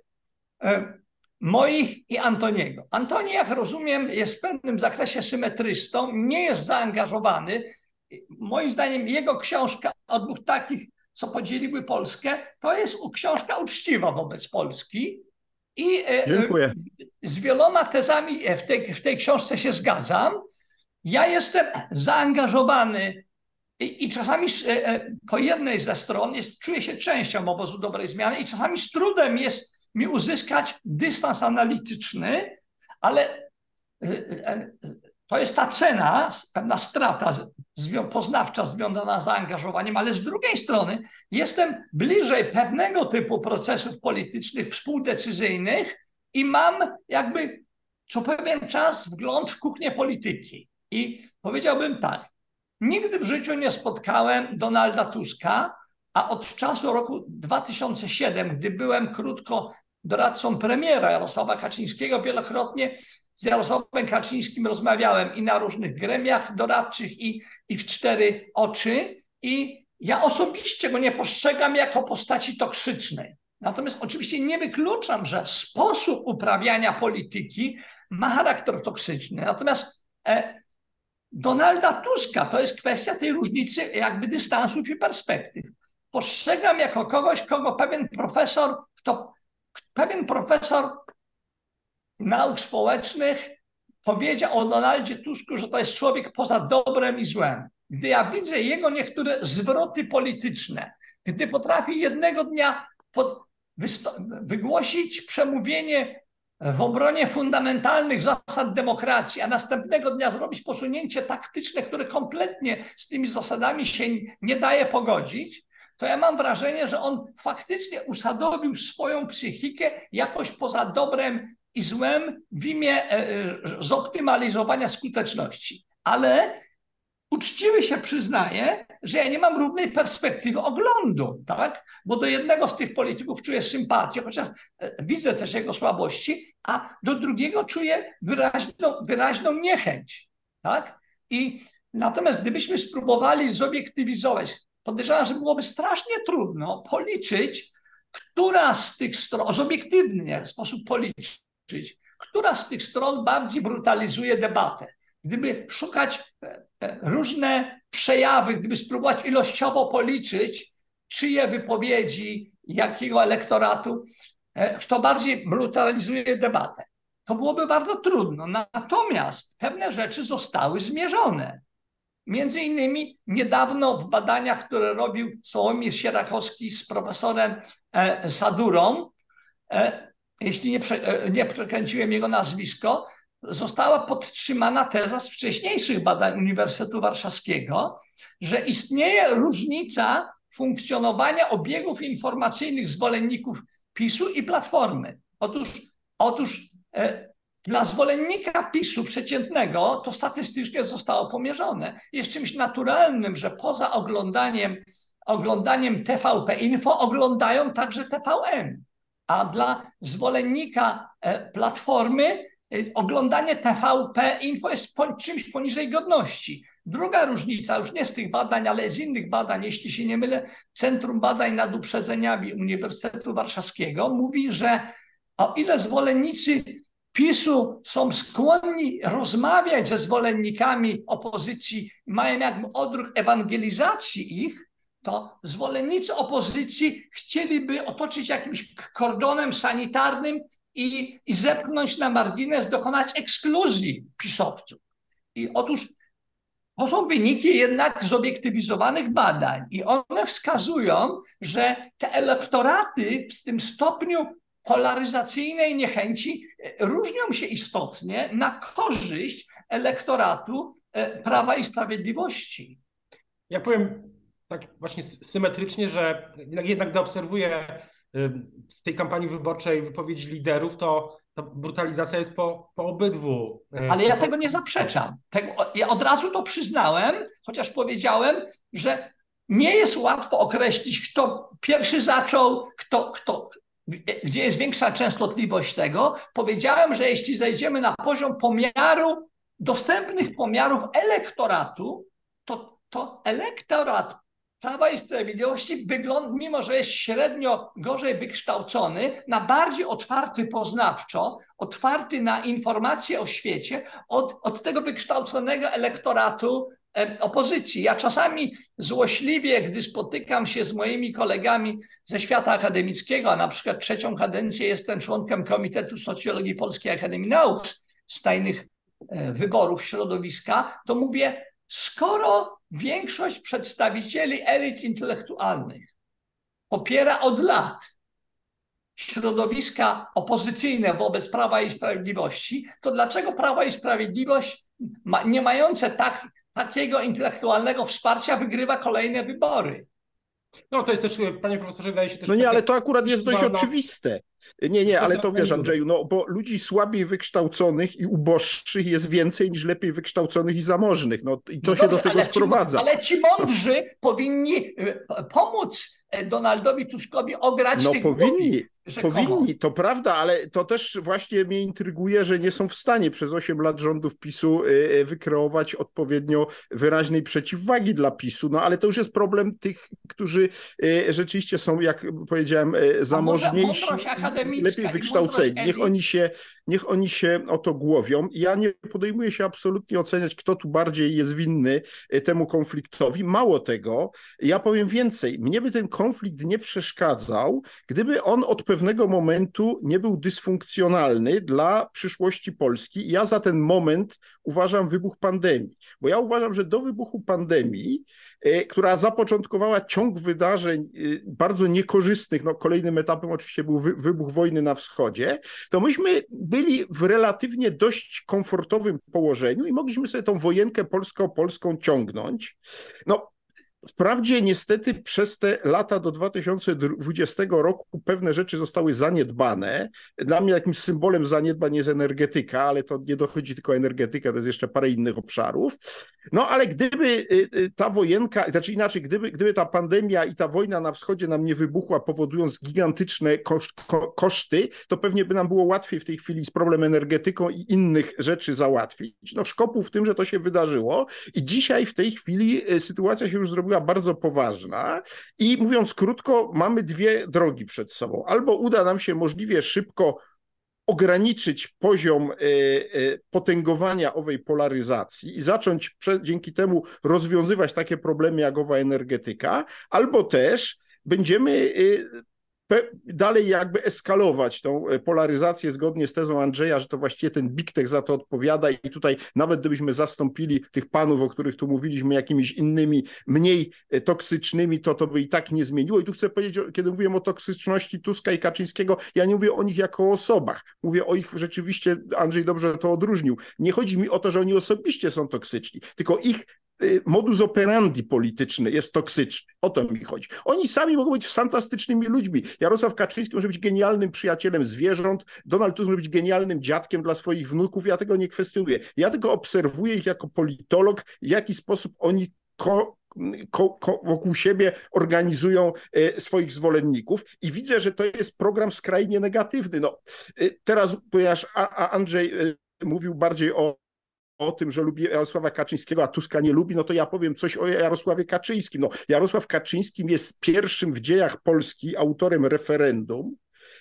moich i Antoniego. Antoni, jak rozumiem, jest w pewnym zakresie symetrystą, nie jest zaangażowany. Moim zdaniem jego książka o dwóch takich, co podzieliły Polskę, to jest książka uczciwa wobec Polski. I dziękuję. Z wieloma tezami w tej książce się zgadzam. Ja jestem zaangażowany i czasami po jednej ze stron czuję się częścią obozu dobrej zmiany i czasami z trudem jest mi uzyskać dystans analityczny, ale to jest ta cena, pewna strata poznawcza związana z zaangażowaniem, ale z drugiej strony jestem bliżej pewnego typu procesów politycznych, współdecyzyjnych i mam jakby co pewien czas wgląd w kuchnię polityki. I powiedziałbym tak, nigdy w życiu nie spotkałem Donalda Tuska, a od czasu roku 2007, gdy byłem krótko doradcą premiera Jarosława Kaczyńskiego, wielokrotnie z Jarosławem Kaczyńskim rozmawiałem i na różnych gremiach doradczych, i w cztery oczy. I ja osobiście go nie postrzegam jako postaci toksycznej. Natomiast oczywiście nie wykluczam, że sposób uprawiania polityki ma charakter toksyczny. Natomiast Donalda Tuska to jest kwestia tej różnicy jakby dystansów i perspektyw. Postrzegam jako kogoś, kogo pewien profesor nauk społecznych powiedział o Donaldzie Tusku, że to jest człowiek poza dobrem i złem. Gdy ja widzę jego niektóre zwroty polityczne, gdy potrafi jednego dnia wygłosić przemówienie w obronie fundamentalnych zasad demokracji, a następnego dnia zrobić posunięcie taktyczne, które kompletnie z tymi zasadami się nie daje pogodzić, to ja mam wrażenie, że on faktycznie usadowił swoją psychikę jakoś poza dobrem i złem w imię zoptymalizowania skuteczności. Ale uczciwie się przyznaję, że ja nie mam równej perspektywy oglądu, tak? Bo do jednego z tych polityków czuję sympatię, chociaż widzę też jego słabości, a do drugiego czuję wyraźną niechęć, tak? Natomiast gdybyśmy spróbowali zobiektywizować, podejrzewam, że byłoby strasznie trudno policzyć, która z tych stron, obiektywnie w sposób policzyć, która z tych stron bardziej brutalizuje debatę. Gdyby szukać różne przejawy, gdyby spróbować ilościowo policzyć, czyje wypowiedzi, jakiego elektoratu, to bardziej brutalizuje debatę. To byłoby bardzo trudno. Natomiast pewne rzeczy zostały zmierzone. Między innymi niedawno w badaniach, które robił Sławomir Sierakowski z profesorem Sadurą, jeśli nie przekręciłem jego nazwisko, została podtrzymana teza z wcześniejszych badań Uniwersytetu Warszawskiego, że istnieje różnica funkcjonowania obiegów informacyjnych zwolenników PiS-u i Platformy. Otóż dla zwolennika PiS-u przeciętnego to statystycznie zostało pomierzone. Jest czymś naturalnym, że poza oglądaniem TVP Info oglądają także TVN. A dla zwolennika Platformy oglądanie TVP Info jest czymś poniżej godności. Druga różnica, już nie z tych badań, ale z innych badań, jeśli się nie mylę, Centrum Badań nad Uprzedzeniami Uniwersytetu Warszawskiego mówi, że o ile zwolennicy PiS-u są skłonni rozmawiać ze zwolennikami opozycji, mają jakby odruch ewangelizacji ich, to zwolennicy opozycji chcieliby otoczyć jakimś kordonem sanitarnym i zepchnąć na margines, dokonać ekskluzji pisowców. I otóż to są wyniki jednak zobiektywizowanych badań i one wskazują, że te elektoraty w tym stopniu polaryzacyjnej niechęci różnią się istotnie na korzyść elektoratu Prawa i Sprawiedliwości. Ja powiem tak właśnie symetrycznie, że jednak gdy obserwuję w tej kampanii wyborczej wypowiedzi liderów, to ta brutalizacja jest po obydwu. Ale ja tego nie zaprzeczam. Ja od razu to przyznałem, chociaż powiedziałem, że nie jest łatwo określić, kto pierwszy zaczął, gdzie jest większa częstotliwość tego. Powiedziałem, że jeśli zejdziemy na poziom pomiaru, dostępnych pomiarów elektoratu, to elektorat Prawa i Sprawiedliwości wygląda, mimo że jest średnio gorzej wykształcony, na bardziej otwarty poznawczo, otwarty na informacje o świecie od tego wykształconego elektoratu opozycji. Ja czasami złośliwie, gdy spotykam się z moimi kolegami ze świata akademickiego, a na przykład 3. kadencję jestem członkiem Komitetu Socjologii Polskiej Akademii Nauk z tajnych wyborów środowiska, to mówię, skoro większość przedstawicieli elit intelektualnych popiera od lat środowiska opozycyjne wobec Prawa i Sprawiedliwości, to dlaczego Prawo i Sprawiedliwość, nie mające takiego intelektualnego wsparcia, wygrywa kolejne wybory? No to jest też, panie profesorze, wydaje się też... No nie, ale to akurat jest dość oczywiste. Nie, ale to wiesz, Andrzeju, no bo ludzi słabiej wykształconych i uboższych jest więcej niż lepiej wykształconych i zamożnych. No i to się do tego sprowadza. Ale ci mądrzy powinni pomóc Donaldowi Tuskowi ograć tych Powinni, to prawda, ale to też właśnie mnie intryguje, że nie są w stanie przez 8 lat rządów PiS-u wykreować odpowiednio wyraźnej przeciwwagi dla PiS-u. No ale to już jest problem tych, którzy rzeczywiście są, jak powiedziałem, zamożniejsi, lepiej wykształceni. Niech oni się o to głowią. Ja nie podejmuję się absolutnie oceniać, kto tu bardziej jest winny temu konfliktowi. Mało tego, ja powiem więcej. Mnie by ten konflikt nie przeszkadzał, gdyby on od pewnego momentu nie był dysfunkcjonalny dla przyszłości Polski. Ja za ten moment uważam wybuch pandemii, bo ja uważam, że do wybuchu pandemii, która zapoczątkowała ciąg wydarzeń bardzo niekorzystnych, no kolejnym etapem oczywiście był wybuch wojny na wschodzie, to myśmy byli w relatywnie dość komfortowym położeniu i mogliśmy sobie tą wojenkę polsko-polską ciągnąć. No, wprawdzie niestety przez te lata do 2020 roku pewne rzeczy zostały zaniedbane. Dla mnie jakimś symbolem zaniedbań jest energetyka, ale to nie dochodzi tylko o energetykę, to jest jeszcze parę innych obszarów. No ale gdyby ta wojenka, znaczy inaczej, gdyby ta pandemia i ta wojna na wschodzie nam nie wybuchła, powodując gigantyczne koszty, to pewnie by nam było łatwiej w tej chwili z problemem energetyką i innych rzeczy załatwić. No szkopuł w tym, że to się wydarzyło i dzisiaj w tej chwili sytuacja się już zrobiła bardzo poważna i mówiąc krótko, mamy dwie drogi przed sobą. Albo uda nam się możliwie szybko ograniczyć poziom potęgowania owej polaryzacji i zacząć dzięki temu rozwiązywać takie problemy jak owa energetyka, albo też będziemy dalej jakby eskalować tą polaryzację zgodnie z tezą Andrzeja, że to właściwie ten Big Tech za to odpowiada i tutaj nawet gdybyśmy zastąpili tych panów, o których tu mówiliśmy, jakimiś innymi, mniej toksycznymi, to by i tak nie zmieniło. I tu chcę powiedzieć, kiedy mówiłem o toksyczności Tuska i Kaczyńskiego, ja nie mówię o nich jako o osobach. Mówię o ich rzeczywiście, Andrzej dobrze to odróżnił. Nie chodzi mi o to, że oni osobiście są toksyczni, tylko ich modus operandi polityczny jest toksyczny. O to mi chodzi. Oni sami mogą być fantastycznymi ludźmi. Jarosław Kaczyński może być genialnym przyjacielem zwierząt, Donald Tusk może być genialnym dziadkiem dla swoich wnuków. Ja tego nie kwestionuję. Ja tylko obserwuję ich jako politolog, w jaki sposób oni wokół siebie organizują swoich zwolenników i widzę, że to jest program skrajnie negatywny. No, teraz, ponieważ Andrzej mówił bardziej o tym, że lubi Jarosława Kaczyńskiego, a Tuska nie lubi, no to ja powiem coś o Jarosławie Kaczyńskim. No, Jarosław Kaczyński jest pierwszym w dziejach Polski autorem referendum,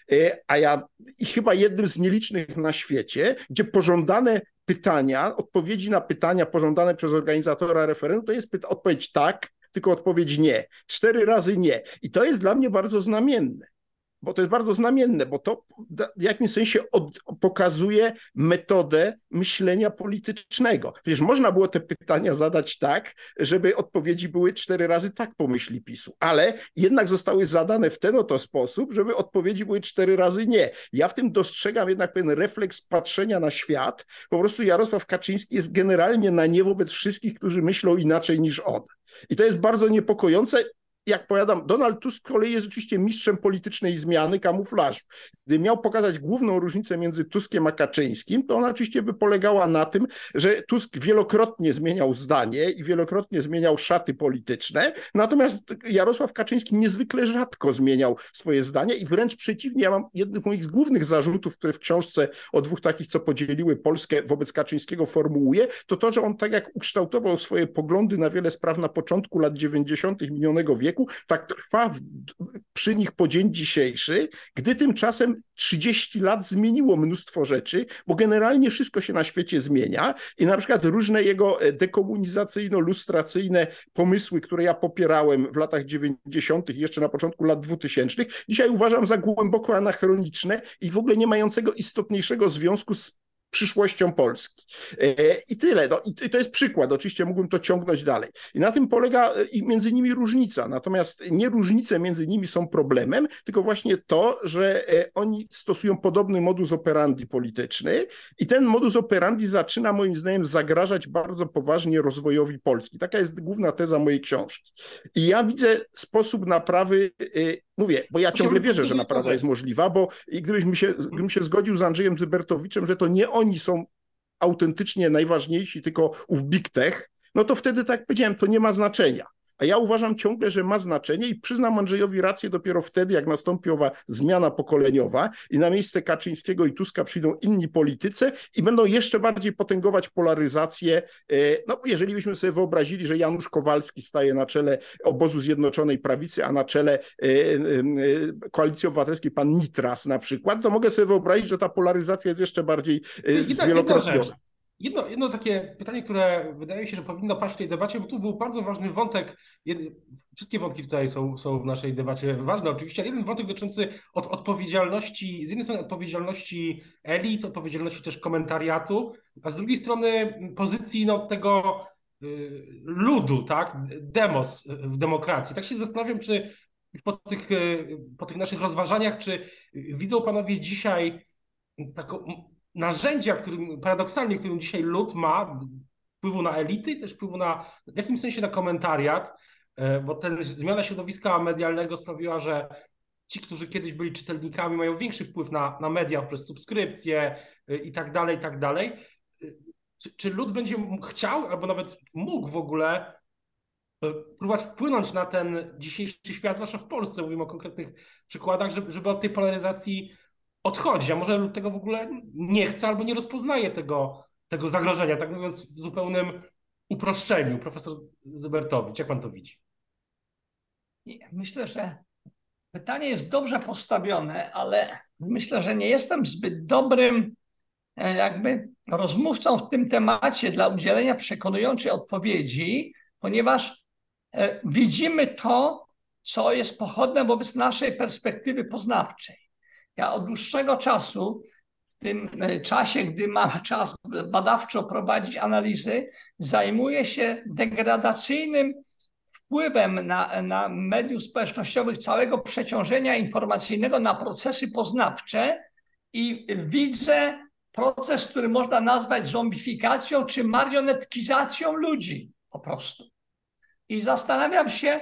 i chyba jednym z nielicznych na świecie, gdzie pożądane pytania, odpowiedzi na pytania pożądane przez organizatora referendum, to jest odpowiedź tak, tylko odpowiedź nie. 4 razy nie. I to jest dla mnie bardzo znamienne. Bo to jest bardzo znamienne, bo to w jakimś sensie pokazuje metodę myślenia politycznego. Przecież można było te pytania zadać tak, żeby odpowiedzi były 4 razy tak po myśli PiS-u, ale jednak zostały zadane w ten oto sposób, żeby odpowiedzi były 4 razy nie. Ja w tym dostrzegam jednak pewien refleks patrzenia na świat. Po prostu Jarosław Kaczyński jest generalnie na nie wobec wszystkich, którzy myślą inaczej niż on. I to jest bardzo niepokojące. Jak powiadam, Donald Tusk z kolei jest rzeczywiście mistrzem politycznej zmiany, kamuflażu. Gdy miał pokazać główną różnicę między Tuskiem a Kaczyńskim, to ona oczywiście by polegała na tym, że Tusk wielokrotnie zmieniał zdanie i wielokrotnie zmieniał szaty polityczne, natomiast Jarosław Kaczyński niezwykle rzadko zmieniał swoje zdanie i wręcz przeciwnie, ja mam jednym z moich głównych zarzutów, które w książce o 2 takich, co podzieliły Polskę wobec Kaczyńskiego formułuję, to, że on tak jak ukształtował swoje poglądy na wiele spraw na początku lat 90. minionego wieku, tak trwa przy nich po dzień dzisiejszy, gdy tymczasem 30 lat zmieniło mnóstwo rzeczy, bo generalnie wszystko się na świecie zmienia i na przykład różne jego dekomunizacyjno-lustracyjne pomysły, które ja popierałem w latach 90. i jeszcze na początku lat 2000, dzisiaj uważam za głęboko anachroniczne i w ogóle nie mającego istotniejszego związku z przyszłością Polski. I tyle. No, i to jest przykład. Oczywiście mógłbym to ciągnąć dalej. I na tym polega między nimi różnica. Natomiast nie różnice między nimi są problemem, tylko właśnie to, że oni stosują podobny modus operandi polityczny i ten modus operandi zaczyna moim zdaniem zagrażać bardzo poważnie rozwojowi Polski. Taka jest główna teza mojej książki. I ja widzę sposób naprawy. Mówię, bo ja ciągle wierzę, że naprawa jest możliwa, bo gdybym się zgodził z Andrzejem Zybertowiczem, że to nie oni są autentycznie najważniejsi, tylko ów Big Tech, no to wtedy, tak jak powiedziałem, to nie ma znaczenia. A ja uważam ciągle, że ma znaczenie i przyznam Andrzejowi rację dopiero wtedy, jak nastąpi owa zmiana pokoleniowa i na miejsce Kaczyńskiego i Tuska przyjdą inni politycy i będą jeszcze bardziej potęgować polaryzację. No, jeżeli byśmy sobie wyobrazili, że Janusz Kowalski staje na czele obozu Zjednoczonej Prawicy, a na czele Koalicji Obywatelskiej pan Nitras na przykład, to mogę sobie wyobrazić, że ta polaryzacja jest jeszcze bardziej zwielokrotniona. Jedno takie pytanie, które wydaje mi się, że powinno paść w tej debacie, bo tu był bardzo ważny wątek. Wszystkie wątki tutaj są w naszej debacie ważne oczywiście, ale jeden wątek dotyczący odpowiedzialności, z jednej strony odpowiedzialności elit, odpowiedzialności też komentariatu, a z drugiej strony pozycji tego ludu, tak? Demos w demokracji. Tak się zastanawiam, czy po tych naszych rozważaniach, czy widzą panowie dzisiaj taką narzędzia, paradoksalnie, którym dzisiaj lud ma, wpływu na elity i też wpływu w jakimś sensie na komentariat, bo zmiana środowiska medialnego sprawiła, że ci, którzy kiedyś byli czytelnikami, mają większy wpływ na media przez subskrypcje i tak dalej, i tak dalej. Czy lud będzie chciał, albo nawet mógł w ogóle próbować wpłynąć na ten dzisiejszy świat, zwłaszcza w Polsce, mówimy o konkretnych przykładach, żeby od tej polaryzacji odchodzi, a może lud tego w ogóle nie chce albo nie rozpoznaje tego zagrożenia, tak mówiąc w zupełnym uproszczeniu. Profesor Zybertowicz, jak pan to widzi? Myślę, że Pytanie jest dobrze postawione, ale myślę, że nie jestem zbyt dobrym jakby rozmówcą w tym temacie dla udzielenia przekonującej odpowiedzi, ponieważ widzimy to, co jest pochodne wobec naszej perspektywy poznawczej. Ja od dłuższego czasu, w tym czasie, gdy mam czas badawczo prowadzić analizy, zajmuję się degradacyjnym wpływem na mediów społecznościowych całego przeciążenia informacyjnego na procesy poznawcze i widzę proces, który można nazwać zombifikacją czy marionetkizacją ludzi po prostu. I zastanawiam się,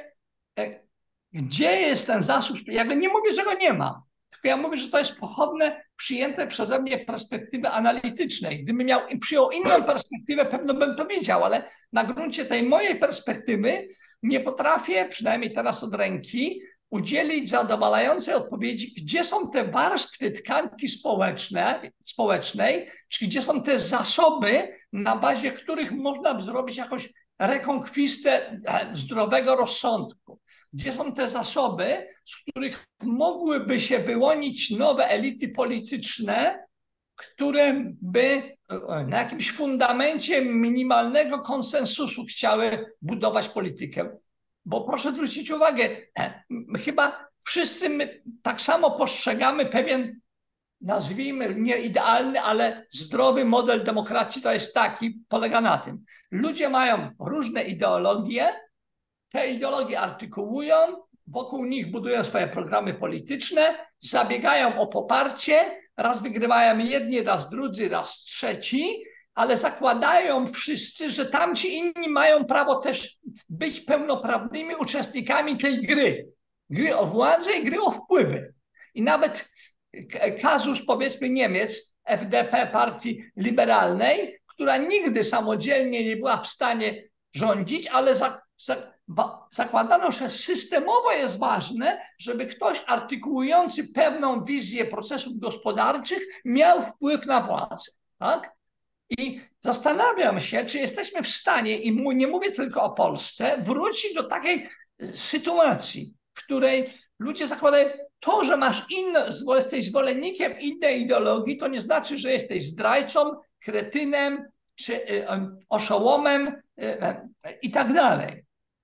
gdzie jest ten zasób. Jakby nie mówię, że go nie ma, tylko ja mówię, że to jest pochodne, przyjęte przeze mnie perspektywy analitycznej. Gdybym przyjął inną perspektywę, pewno bym to wiedział, ale na gruncie tej mojej perspektywy nie potrafię, przynajmniej teraz od ręki, udzielić zadowalającej odpowiedzi, gdzie są te warstwy tkanki społecznej, czy gdzie są te zasoby, na bazie których można by zrobić jakąś rekonkwistę zdrowego rozsądku. Gdzie są te zasoby, z których mogłyby się wyłonić nowe elity polityczne, które by na jakimś fundamencie minimalnego konsensusu chciały budować politykę. Bo proszę zwrócić uwagę, chyba wszyscy my tak samo postrzegamy pewien, nazwijmy, nie idealny, ale zdrowy model demokracji. To jest taki, polega na tym. Ludzie mają różne ideologie, te ideologie artykułują, wokół nich budują swoje programy polityczne, zabiegają o poparcie, raz wygrywają jedni, raz drudzy, raz trzeci, ale zakładają wszyscy, że tamci inni mają prawo też być pełnoprawnymi uczestnikami tej gry. Gry o władzę i gry o wpływy. I nawet kazus, powiedzmy, Niemiec, FDP, partii liberalnej, która nigdy samodzielnie nie była w stanie rządzić, ale zakładano, że systemowo jest ważne, żeby ktoś artykułujący pewną wizję procesów gospodarczych miał wpływ na władzę. Tak? I zastanawiam się, czy jesteśmy w stanie, i nie mówię tylko o Polsce, wrócić do takiej sytuacji, w której ludzie zakładają, to, że masz jesteś zwolennikiem innej ideologii, to nie znaczy, że jesteś zdrajcą, kretynem czy oszołomem i tak dalej.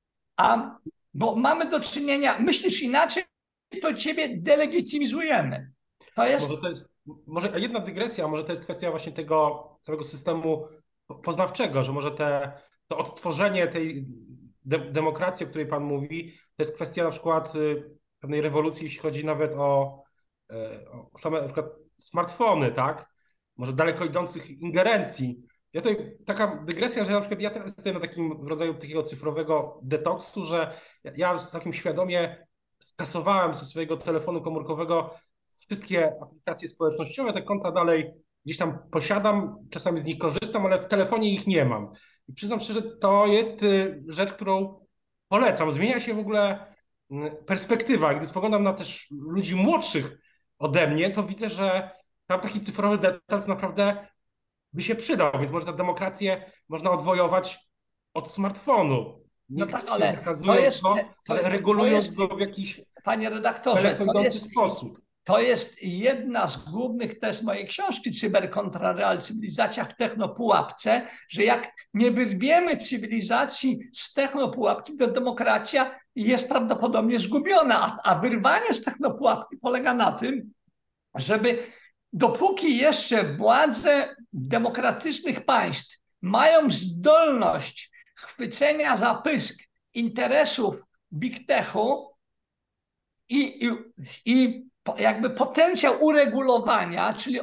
Bo mamy do czynienia, myślisz inaczej, to ciebie delegitymizujemy. To jest... Może jedna dygresja, może to jest kwestia właśnie tego całego systemu poznawczego, że może to odtworzenie tej demokracji, o której Pan mówi, to jest kwestia na przykład pewnej rewolucji, jeśli chodzi nawet o same na przykład smartfony, tak? Może daleko idących ingerencji. Ja tutaj taka dygresja, że na przykład ja teraz jestem na takim rodzaju takiego cyfrowego detoksu, że ja całkiem świadomie skasowałem ze swojego telefonu komórkowego wszystkie aplikacje społecznościowe, te konta dalej gdzieś tam posiadam, czasami z nich korzystam, ale w telefonie ich nie mam. I przyznam szczerze, to jest rzecz, którą polecam. Zmienia się w ogóle perspektywa. Gdy spoglądam na też ludzi młodszych ode mnie, to widzę, że tam taki cyfrowy detoks naprawdę by się przydał, więc może tę demokrację można odwojować od smartfonu. No tak, ale zakazując go, ale regulując go w jakiś panie redaktorze, sposób. To jest jedna z głównych tez mojej książki Cyber kontra Real, cywilizacja w technopułapce, że jak nie wyrwiemy cywilizacji z technopułapki, to demokracja jest prawdopodobnie zgubiona, a wyrwanie z technopułapki polega na tym, żeby dopóki jeszcze władze demokratycznych państw mają zdolność chwycenia za pysk interesów big techu i jakby potencjał uregulowania, czyli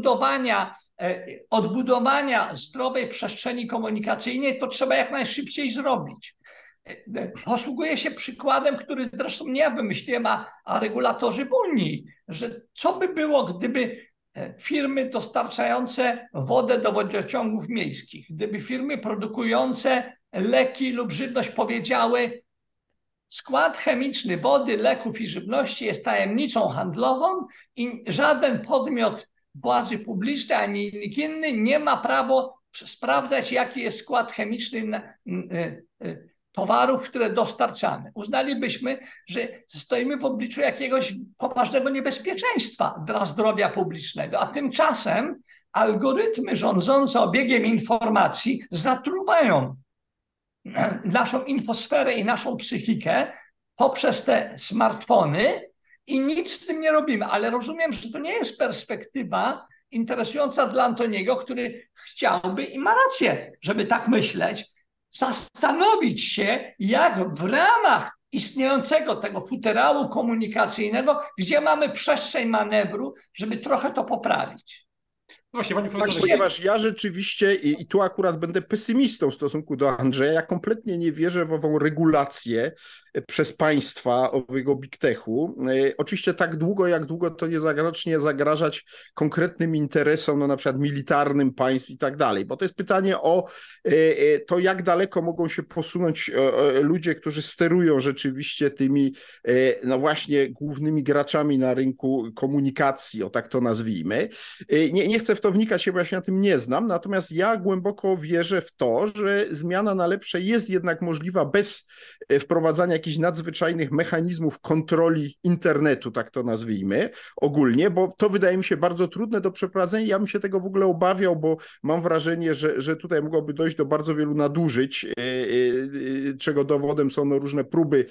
odbudowania zdrowej przestrzeni komunikacyjnej, to trzeba jak najszybciej zrobić. Posługuję się przykładem, który zresztą nie ja wymyśliłem, a regulatorzy w Unii, że co by było, gdyby firmy dostarczające wodę do wodociągów miejskich, gdyby firmy produkujące leki lub żywność powiedziały, skład chemiczny wody, leków i żywności jest tajemnicą handlową i żaden podmiot władzy publicznej ani nikt inny nie ma prawa sprawdzać, jaki jest skład chemiczny towarów, które dostarczamy. Uznalibyśmy, że stoimy w obliczu jakiegoś poważnego niebezpieczeństwa dla zdrowia publicznego, a tymczasem algorytmy rządzące obiegiem informacji zatruwają naszą infosferę i naszą psychikę poprzez te smartfony i nic z tym nie robimy. Ale rozumiem, że to nie jest perspektywa interesująca dla Antoniego, który chciałby i ma rację, żeby tak myśleć, zastanowić się, jak w ramach istniejącego tego futerału komunikacyjnego, gdzie mamy przestrzeń manewru, żeby trochę to poprawić. Właśnie, panie profesorze, ponieważ ja rzeczywiście, i tu akurat będę pesymistą w stosunku do Andrzeja, ja kompletnie nie wierzę w ową regulację przez państwa owego big techu. Oczywiście tak długo, jak długo to nie zacznie zagrażać konkretnym interesom, no na przykład militarnym państw i tak dalej, bo to jest pytanie o to, jak daleko mogą się posunąć ludzie, którzy sterują rzeczywiście tymi, no właśnie, głównymi graczami na rynku komunikacji, o tak to nazwijmy. Nie chcę w to wnikać, bo ja się na tym nie znam, natomiast ja głęboko wierzę w to, że zmiana na lepsze jest jednak możliwa bez wprowadzania jakichś nadzwyczajnych mechanizmów kontroli internetu, tak to nazwijmy, ogólnie, bo to wydaje mi się bardzo trudne do przeprowadzenia. Ja bym się tego w ogóle obawiał, bo mam wrażenie, że tutaj mogłoby dojść do bardzo wielu nadużyć, czego dowodem są no różne próby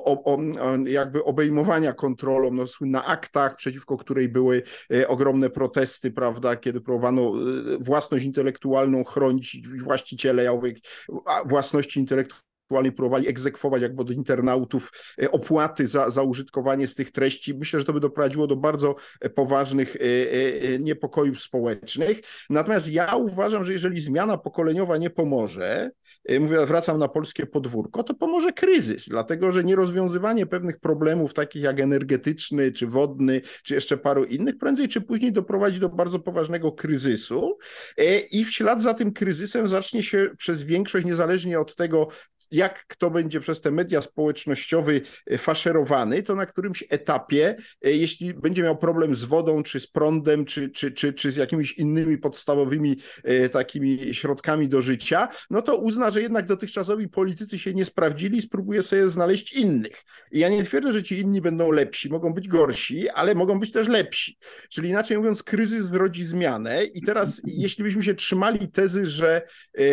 jakby obejmowania kontrolą, no na aktach, przeciwko której były ogromne protesty, prawda, kiedy próbowano własność intelektualną chronić i właściciele własności intelektualnej próbowali egzekwować jakby od internautów opłaty za użytkowanie z tych treści. Myślę, że to by doprowadziło do bardzo poważnych niepokojów społecznych. Natomiast ja uważam, że jeżeli zmiana pokoleniowa nie pomoże, mówię, wracam na polskie podwórko, to pomoże kryzys, dlatego że nierozwiązywanie pewnych problemów takich jak energetyczny, czy wodny, czy jeszcze paru innych, prędzej czy później doprowadzi do bardzo poważnego kryzysu i w ślad za tym kryzysem zacznie się przez większość, niezależnie od tego, jak kto będzie przez te media społecznościowe faszerowany, to na którymś etapie, jeśli będzie miał problem z wodą, czy z prądem, czy z jakimiś innymi podstawowymi takimi środkami do życia, no to uzna, że jednak dotychczasowi politycy się nie sprawdzili i spróbuje sobie znaleźć innych. I ja nie twierdzę, że ci inni będą lepsi, mogą być gorsi, ale mogą być też lepsi. Czyli inaczej mówiąc, kryzys zrodzi zmianę i teraz, jeśli byśmy się trzymali tezy, że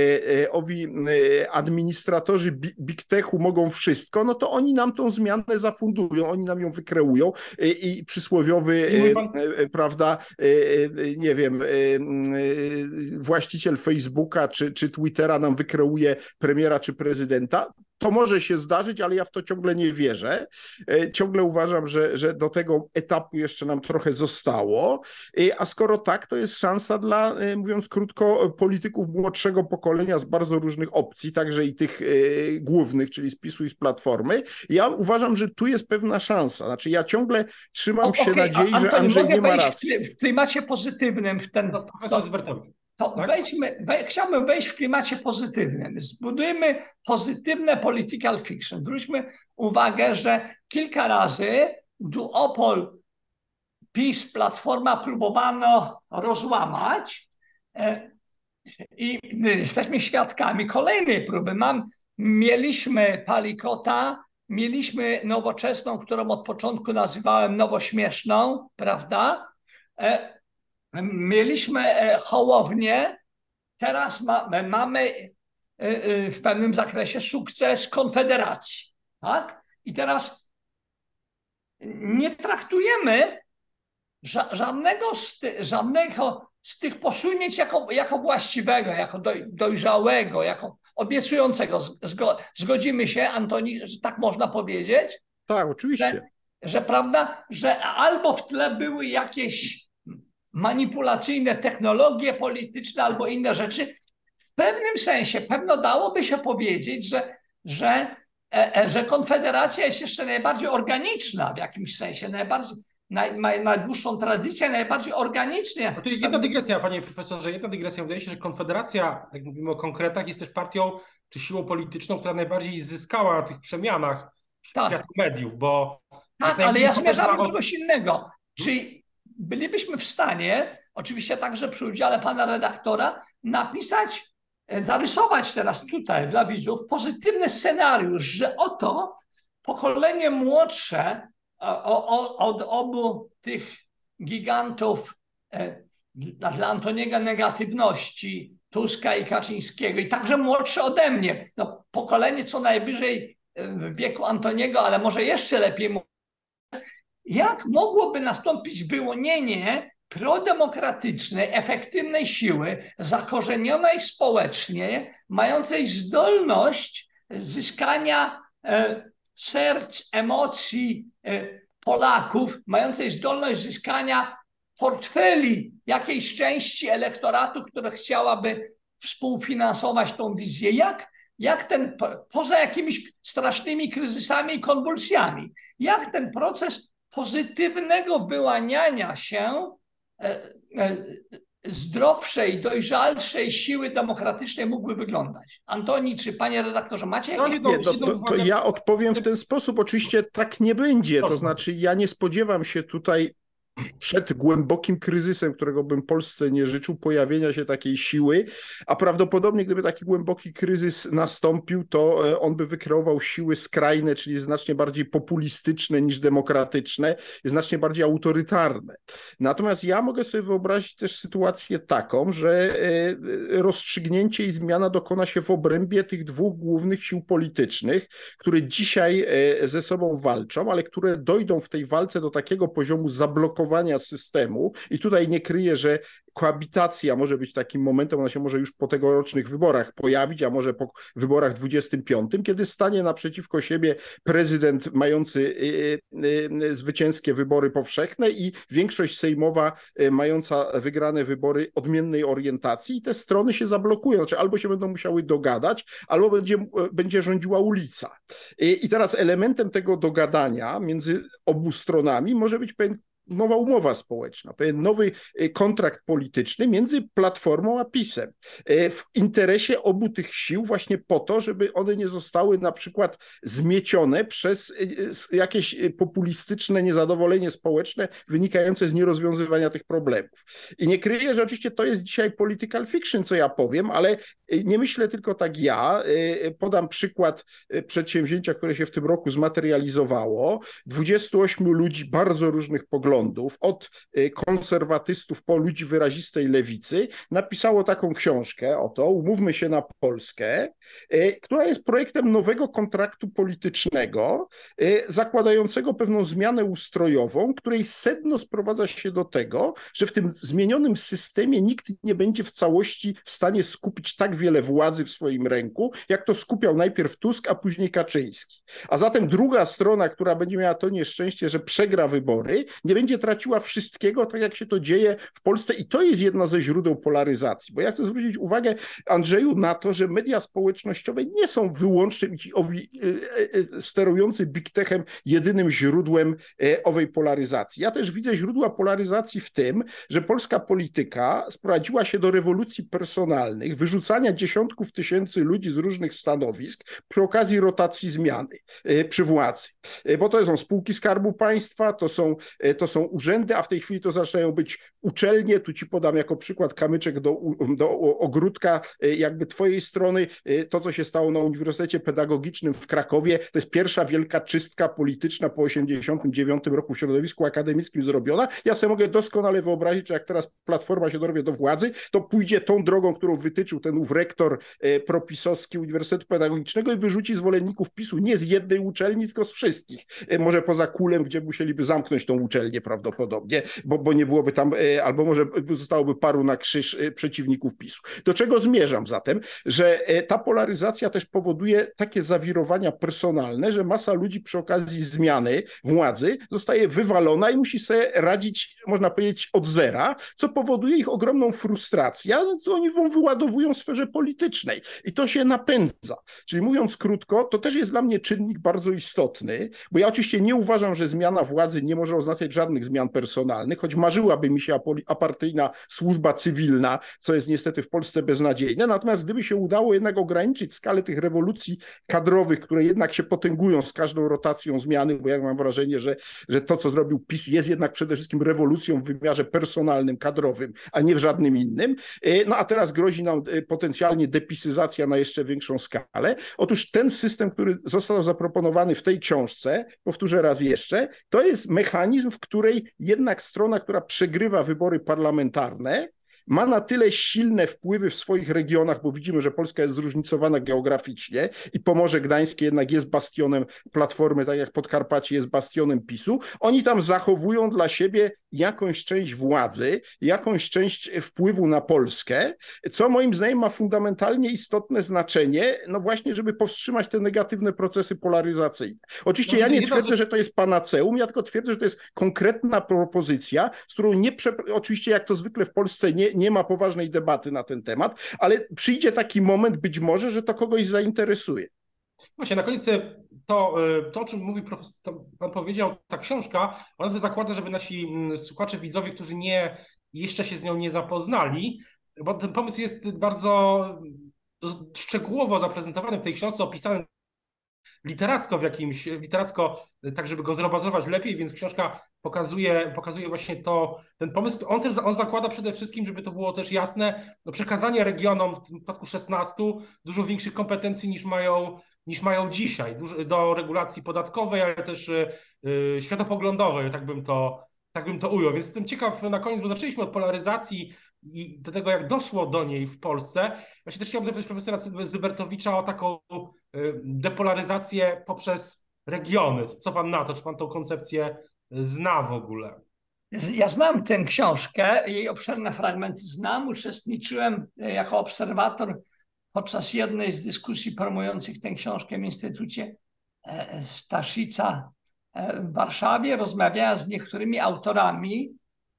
owi administratorzy big techu mogą wszystko, no to oni nam tą zmianę zafundują, oni nam ją wykreują i przysłowiowy, prawda, nie wiem, właściciel Facebooka czy Twittera nam wykreuje premiera czy prezydenta. To może się zdarzyć, ale ja w to ciągle nie wierzę. Ciągle uważam, że do tego etapu jeszcze nam trochę zostało, a skoro tak, to jest szansa dla, mówiąc krótko, polityków młodszego pokolenia z bardzo różnych opcji, także i tych głównych, czyli z PiS-u i z Platformy. Ja uważam, że tu jest pewna szansa. Znaczy ja ciągle trzymam się nadziei, że Andrzej nie ma racji. W klimacie pozytywnym w ten... Profesor Zbertowicz. To tak? Chciałbym wejść w klimacie pozytywnym. Zbudujmy pozytywne political fiction. Zwróćmy uwagę, że kilka razy duopol PiS, Platforma próbowano rozłamać i jesteśmy świadkami kolejnej próby. Mieliśmy Palikota, mieliśmy Nowoczesną, którą od początku nazywałem nowośmieszną, prawda? Mieliśmy Hołownię, teraz mamy w pewnym zakresie sukces Konfederacji. Tak? I teraz nie traktujemy żadnego z tych posunięć jako właściwego, jako dojrzałego, jako obiecującego. Zgodzimy się, Antoni, że tak można powiedzieć? Tak, oczywiście. Że prawda, że albo w tle były jakieś manipulacyjne technologie polityczne albo inne rzeczy. W pewnym sensie pewno dałoby się powiedzieć, że Konfederacja jest jeszcze najbardziej organiczna w jakimś sensie, ma najdłuższą tradycję, najbardziej organicznie. To jest jedna dygresja, panie profesorze, jedna dygresja. Wydaje się, że Konfederacja, jak mówimy o konkretach, jest też partią czy siłą polityczną, która najbardziej zyskała na tych przemianach w światu mediów, bo... Tak, ale ja zmierzam do czegoś innego. Czyli bylibyśmy w stanie, oczywiście także przy udziale pana redaktora, napisać zarysować teraz tutaj dla widzów pozytywny scenariusz, że oto pokolenie młodsze od obu tych gigantów dla Antoniego negatywności, Tuska i Kaczyńskiego, i także młodsze ode mnie, no, pokolenie co najwyżej w wieku Antoniego, ale może jeszcze lepiej, jak mogłoby nastąpić wyłonienie prodemokratycznej, efektywnej siły, zakorzenionej społecznie, mającej zdolność zyskania serc, emocji Polaków, mającej zdolność zyskania portfeli jakiejś części elektoratu, która chciałaby współfinansować tą wizję. Jak ten, poza jakimiś strasznymi kryzysami i konwulsjami, jak ten proces pozytywnego wyłaniania się zdrowszej, dojrzalszej siły demokratycznej mógłby wyglądać? Antoni, czy panie redaktorze, macie jakieś... To ja odpowiem w ten sposób. Oczywiście tak nie będzie. To znaczy ja nie spodziewam się tutaj przed głębokim kryzysem, którego bym Polsce nie życzył, pojawienia się takiej siły, a prawdopodobnie gdyby taki głęboki kryzys nastąpił, to on by wykreował siły skrajne, czyli znacznie bardziej populistyczne niż demokratyczne, znacznie bardziej autorytarne. Natomiast ja mogę sobie wyobrazić też sytuację taką, że rozstrzygnięcie i zmiana dokona się w obrębie tych dwóch głównych sił politycznych, które dzisiaj ze sobą walczą, ale które dojdą w tej walce do takiego poziomu zablokowania systemu i tutaj nie kryję, że koabitacja może być takim momentem, ona się może już po tegorocznych wyborach pojawić, a może po wyborach 25, kiedy stanie naprzeciwko siebie prezydent mający zwycięskie wybory powszechne i większość sejmowa mająca wygrane wybory odmiennej orientacji i te strony się zablokują, znaczy albo się będą musiały dogadać, albo będzie rządziła ulica. I teraz elementem tego dogadania między obu stronami może być pewien nowa umowa społeczna, pewien nowy kontrakt polityczny między Platformą a PiS-em w interesie obu tych sił właśnie po to, żeby one nie zostały na przykład zmiecione przez jakieś populistyczne niezadowolenie społeczne wynikające z nierozwiązywania tych problemów. I nie kryję, że oczywiście to jest dzisiaj political fiction, co ja powiem, ale nie myślę tylko tak ja. Podam przykład przedsięwzięcia, które się w tym roku zmaterializowało. 28 ludzi bardzo różnych poglądów, od konserwatystów po ludzi wyrazistej lewicy, napisało taką książkę, oto, Umówmy się na Polskę, która jest projektem nowego kontraktu politycznego, zakładającego pewną zmianę ustrojową, której sedno sprowadza się do tego, że w tym zmienionym systemie nikt nie będzie w całości w stanie skupić tak wiele władzy w swoim ręku, jak to skupiał najpierw Tusk, a później Kaczyński. A zatem druga strona, która będzie miała to nieszczęście, że przegra wybory, nie będzie traciła wszystkiego, tak jak się to dzieje w Polsce i to jest jedno ze źródeł polaryzacji, bo ja chcę zwrócić uwagę, Andrzeju, na to, że media społecznościowe nie są wyłącznie sterujący big techem jedynym źródłem owej polaryzacji. Ja też widzę źródła polaryzacji w tym, że polska polityka sprowadziła się do rewolucji personalnych, wyrzucania dziesiątków tysięcy ludzi z różnych stanowisk przy okazji rotacji zmiany przy władzy, bo to są spółki Skarbu Państwa, to są urzędy, a w tej chwili to zaczynają być uczelnie. Tu ci podam jako przykład kamyczek do ogródka jakby twojej strony. To, co się stało na Uniwersytecie Pedagogicznym w Krakowie, to jest pierwsza wielka czystka polityczna po 1989 roku w środowisku akademickim zrobiona. Ja sobie mogę doskonale wyobrazić, że jak teraz Platforma się dorwie do władzy, to pójdzie tą drogą, którą wytyczył ten ów rektor propisowski Uniwersytetu Pedagogicznego i wyrzuci zwolenników PiS-u nie z jednej uczelni, tylko z wszystkich. Może poza Kulem, gdzie musieliby zamknąć tą uczelnię prawdopodobnie, bo nie byłoby tam, albo może zostałoby paru na krzyż przeciwników PiS-u. Do czego zmierzam zatem? Że ta polaryzacja też powoduje takie zawirowania personalne, że masa ludzi przy okazji zmiany władzy zostaje wywalona i musi sobie radzić, można powiedzieć, od zera, co powoduje ich ogromną frustrację, co oni wyładowują w sferze politycznej i to się napędza. Czyli mówiąc krótko, to też jest dla mnie czynnik bardzo istotny, bo ja oczywiście nie uważam, że zmiana władzy nie może oznaczać żadnych żadnych zmian personalnych, choć marzyłaby mi się apartyjna służba cywilna, co jest niestety w Polsce beznadziejne. Natomiast gdyby się udało jednak ograniczyć skalę tych rewolucji kadrowych, które jednak się potęgują z każdą rotacją zmiany, bo ja mam wrażenie, że to, co zrobił PiS, jest jednak przede wszystkim rewolucją w wymiarze personalnym, kadrowym, a nie w żadnym innym. No a teraz grozi nam potencjalnie depisyzacja na jeszcze większą skalę. Otóż ten system, który został zaproponowany w tej książce, powtórzę raz jeszcze, to jest mechanizm, w której jednak strona, która przegrywa wybory parlamentarne, ma na tyle silne wpływy w swoich regionach, bo widzimy, że Polska jest zróżnicowana geograficznie i Pomorze Gdańskie jednak jest bastionem Platformy, tak jak Podkarpacie jest bastionem PiS-u. Oni tam zachowują dla siebie jakąś część władzy, jakąś część wpływu na Polskę, co moim zdaniem ma fundamentalnie istotne znaczenie, no właśnie, żeby powstrzymać te negatywne procesy polaryzacyjne. Oczywiście ja nie twierdzę, że to jest panaceum, ja tylko twierdzę, że to jest konkretna propozycja, z którą oczywiście jak to zwykle w Polsce nie ma poważnej debaty na ten temat, ale przyjdzie taki moment być może, że to kogoś zainteresuje. Właśnie, na koniec to o czym mówi pan powiedział, ta książka, ona też zakłada, żeby nasi słuchacze, widzowie, którzy jeszcze się z nią nie zapoznali, bo ten pomysł jest bardzo szczegółowo zaprezentowany w tej książce, opisany literacko, tak żeby go zrobazować lepiej, więc książka pokazuje właśnie ten pomysł. On zakłada przede wszystkim, żeby to było też jasne, przekazanie regionom, w tym przypadku 16, dużo większych kompetencji niż mają dzisiaj, do regulacji podatkowej, ale też światopoglądowej, tak bym to ujął. Więc jestem ciekaw na koniec, bo zaczęliśmy od polaryzacji i do tego, jak doszło do niej w Polsce. Właśnie też chciałbym zapytać profesora Zybertowicza o taką depolaryzację poprzez regiony. Co pan na to? Czy pan tą koncepcję zna w ogóle? Ja znam tę książkę, jej obszerne fragmenty znam. Uczestniczyłem jako obserwator podczas jednej z dyskusji promujących tę książkę w Instytucie Staszica w Warszawie. Rozmawiałem z niektórymi autorami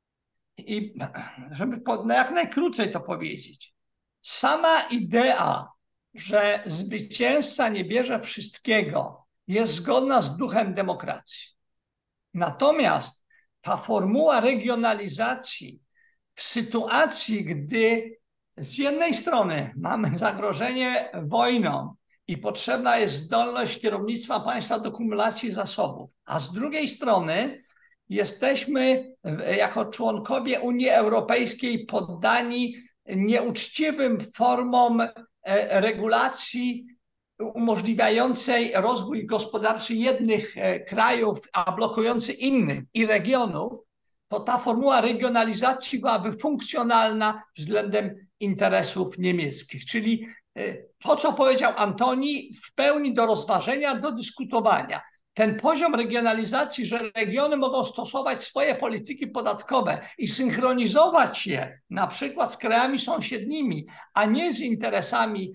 i żeby jak najkrócej to powiedzieć, sama idea, że zwycięzca nie bierze wszystkiego, jest zgodna z duchem demokracji. Natomiast ta formuła regionalizacji w sytuacji, gdy z jednej strony mamy zagrożenie wojną i potrzebna jest zdolność kierownictwa państwa do kumulacji zasobów, a z drugiej strony jesteśmy jako członkowie Unii Europejskiej poddani nieuczciwym formom regulacji umożliwiającej rozwój gospodarczy jednych krajów, a blokujący innych i regionów, to ta formuła regionalizacji byłaby funkcjonalna względem interesów niemieckich. Czyli to, co powiedział Antoni, w pełni do rozważenia, do dyskutowania. Ten poziom regionalizacji, że regiony mogą stosować swoje polityki podatkowe i synchronizować je na przykład z krajami sąsiednimi, a nie z interesami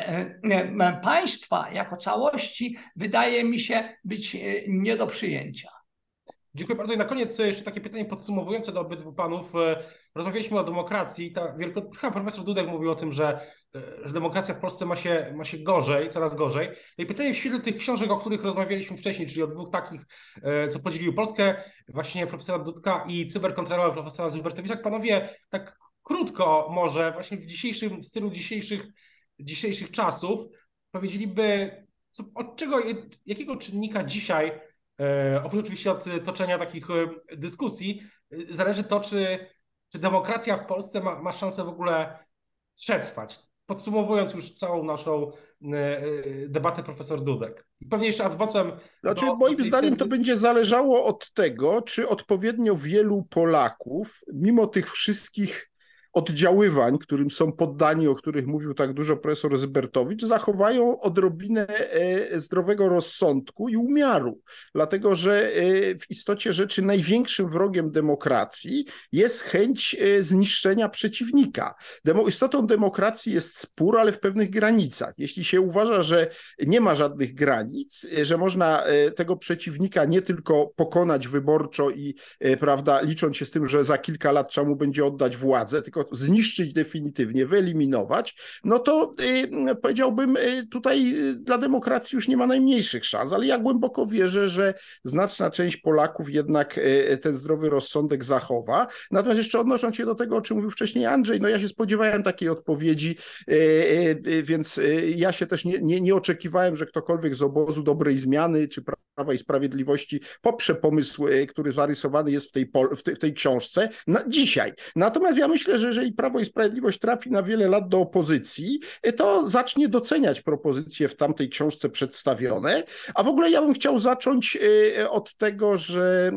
państwa jako całości, wydaje mi się być nie do przyjęcia. Dziękuję bardzo. I na koniec jeszcze takie pytanie podsumowujące do obydwu panów. Rozmawialiśmy o demokracji. Profesor Dudek mówił o tym, że demokracja w Polsce ma się gorzej, coraz gorzej. No i pytanie w świetle tych książek, o których rozmawialiśmy wcześniej, czyli o dwóch takich, co podzieliły Polskę, właśnie profesora Dudka i cyberkontrolowa profesora Zybertowicza. Jak panowie tak krótko może właśnie w stylu dzisiejszych czasów powiedzieliby, jakiego czynnika dzisiaj, oprócz oczywiście od toczenia takich dyskusji, zależy to, czy demokracja w Polsce ma szansę w ogóle przetrwać. Podsumowując już całą naszą debatę, profesor Dudek. I pewnie jeszcze ad vocem... Znaczy, moim zdaniem to będzie zależało od tego, czy odpowiednio wielu Polaków, mimo tych wszystkich oddziaływań, którym są poddani, o których mówił tak dużo profesor Zybertowicz, zachowają odrobinę zdrowego rozsądku i umiaru. Dlatego, że w istocie rzeczy największym wrogiem demokracji jest chęć zniszczenia przeciwnika. Istotą demokracji jest spór, ale w pewnych granicach. Jeśli się uważa, że nie ma żadnych granic, że można tego przeciwnika nie tylko pokonać wyborczo i, prawda, licząc się z tym, że za kilka lat trzeba mu będzie oddać władzę, tylko tylko zniszczyć definitywnie, wyeliminować, no to powiedziałbym, tutaj dla demokracji już nie ma najmniejszych szans, ale ja głęboko wierzę, że znaczna część Polaków jednak ten zdrowy rozsądek zachowa. Natomiast jeszcze odnosząc się do tego, o czym mówił wcześniej Andrzej, no ja się spodziewałem takiej odpowiedzi, więc ja się też nie oczekiwałem, że ktokolwiek z obozu Dobrej Zmiany czy Prawa i Sprawiedliwości poprze pomysł, który zarysowany jest w tej książce dzisiaj. Natomiast ja myślę, że jeżeli Prawo i Sprawiedliwość trafi na wiele lat do opozycji, to zacznie doceniać propozycje w tamtej książce przedstawione. A w ogóle ja bym chciał zacząć od tego, że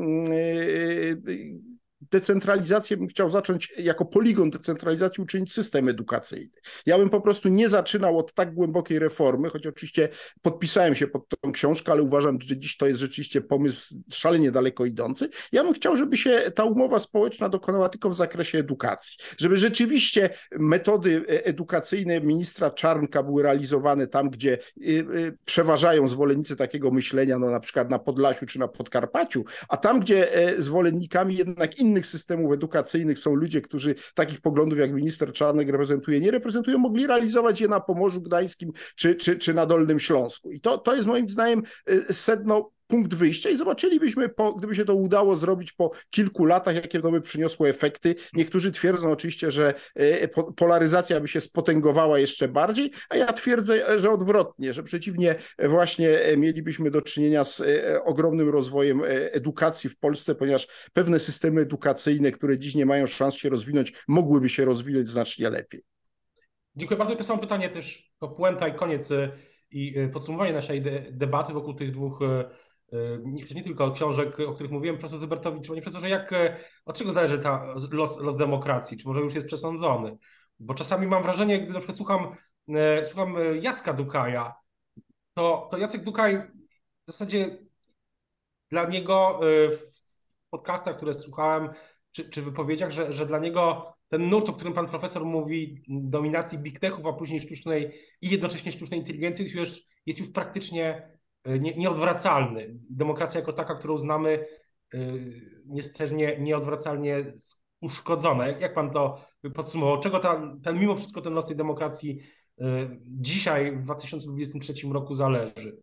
decentralizację bym chciał zacząć jako poligon decentralizacji uczynić system edukacyjny. Ja bym po prostu nie zaczynał od tak głębokiej reformy, choć oczywiście podpisałem się pod tą książkę, ale uważam, że dziś to jest rzeczywiście pomysł szalenie daleko idący. Ja bym chciał, żeby się ta umowa społeczna dokonała tylko w zakresie edukacji. Żeby rzeczywiście metody edukacyjne ministra Czarnka były realizowane tam, gdzie przeważają zwolennicy takiego myślenia, no na przykład na Podlasiu czy na Podkarpaciu, a tam, gdzie zwolennikami jednak innych systemów edukacyjnych są ludzie, którzy takich poglądów jak minister Czarnek nie reprezentują, mogli realizować je na Pomorzu Gdańskim czy na Dolnym Śląsku. I to jest moim zdaniem sedno, punkt wyjścia i zobaczylibyśmy, gdyby się to udało zrobić po kilku latach, jakie to by przyniosło efekty. Niektórzy twierdzą oczywiście, że polaryzacja by się spotęgowała jeszcze bardziej, a ja twierdzę, że odwrotnie, że przeciwnie właśnie mielibyśmy do czynienia z ogromnym rozwojem edukacji w Polsce, ponieważ pewne systemy edukacyjne, które dziś nie mają szans się rozwinąć, mogłyby się rozwinąć znacznie lepiej. Dziękuję bardzo. To samo pytanie też, to puenta i koniec i podsumowanie naszej debaty wokół tych dwóch nie tylko książek, o których mówiłem, profesor Zybertowicz, panie profesorze, od czego zależy los demokracji? Czy może już jest przesądzony? Bo czasami mam wrażenie, gdy na przykład słucham Jacka Dukaja, to Jacek Dukaj w zasadzie dla niego w podcastach, które słuchałem, czy wypowiedziach, że dla niego ten nurt, o którym pan profesor mówi, dominacji big techów, a później sztucznej i jednocześnie sztucznej inteligencji, jest już praktycznie nieodwracalny. Demokracja jako taka, którą znamy, jest też nieodwracalnie uszkodzona. Jak pan to podsumował? Czego mimo wszystko ten los tej demokracji dzisiaj w 2023 roku zależy?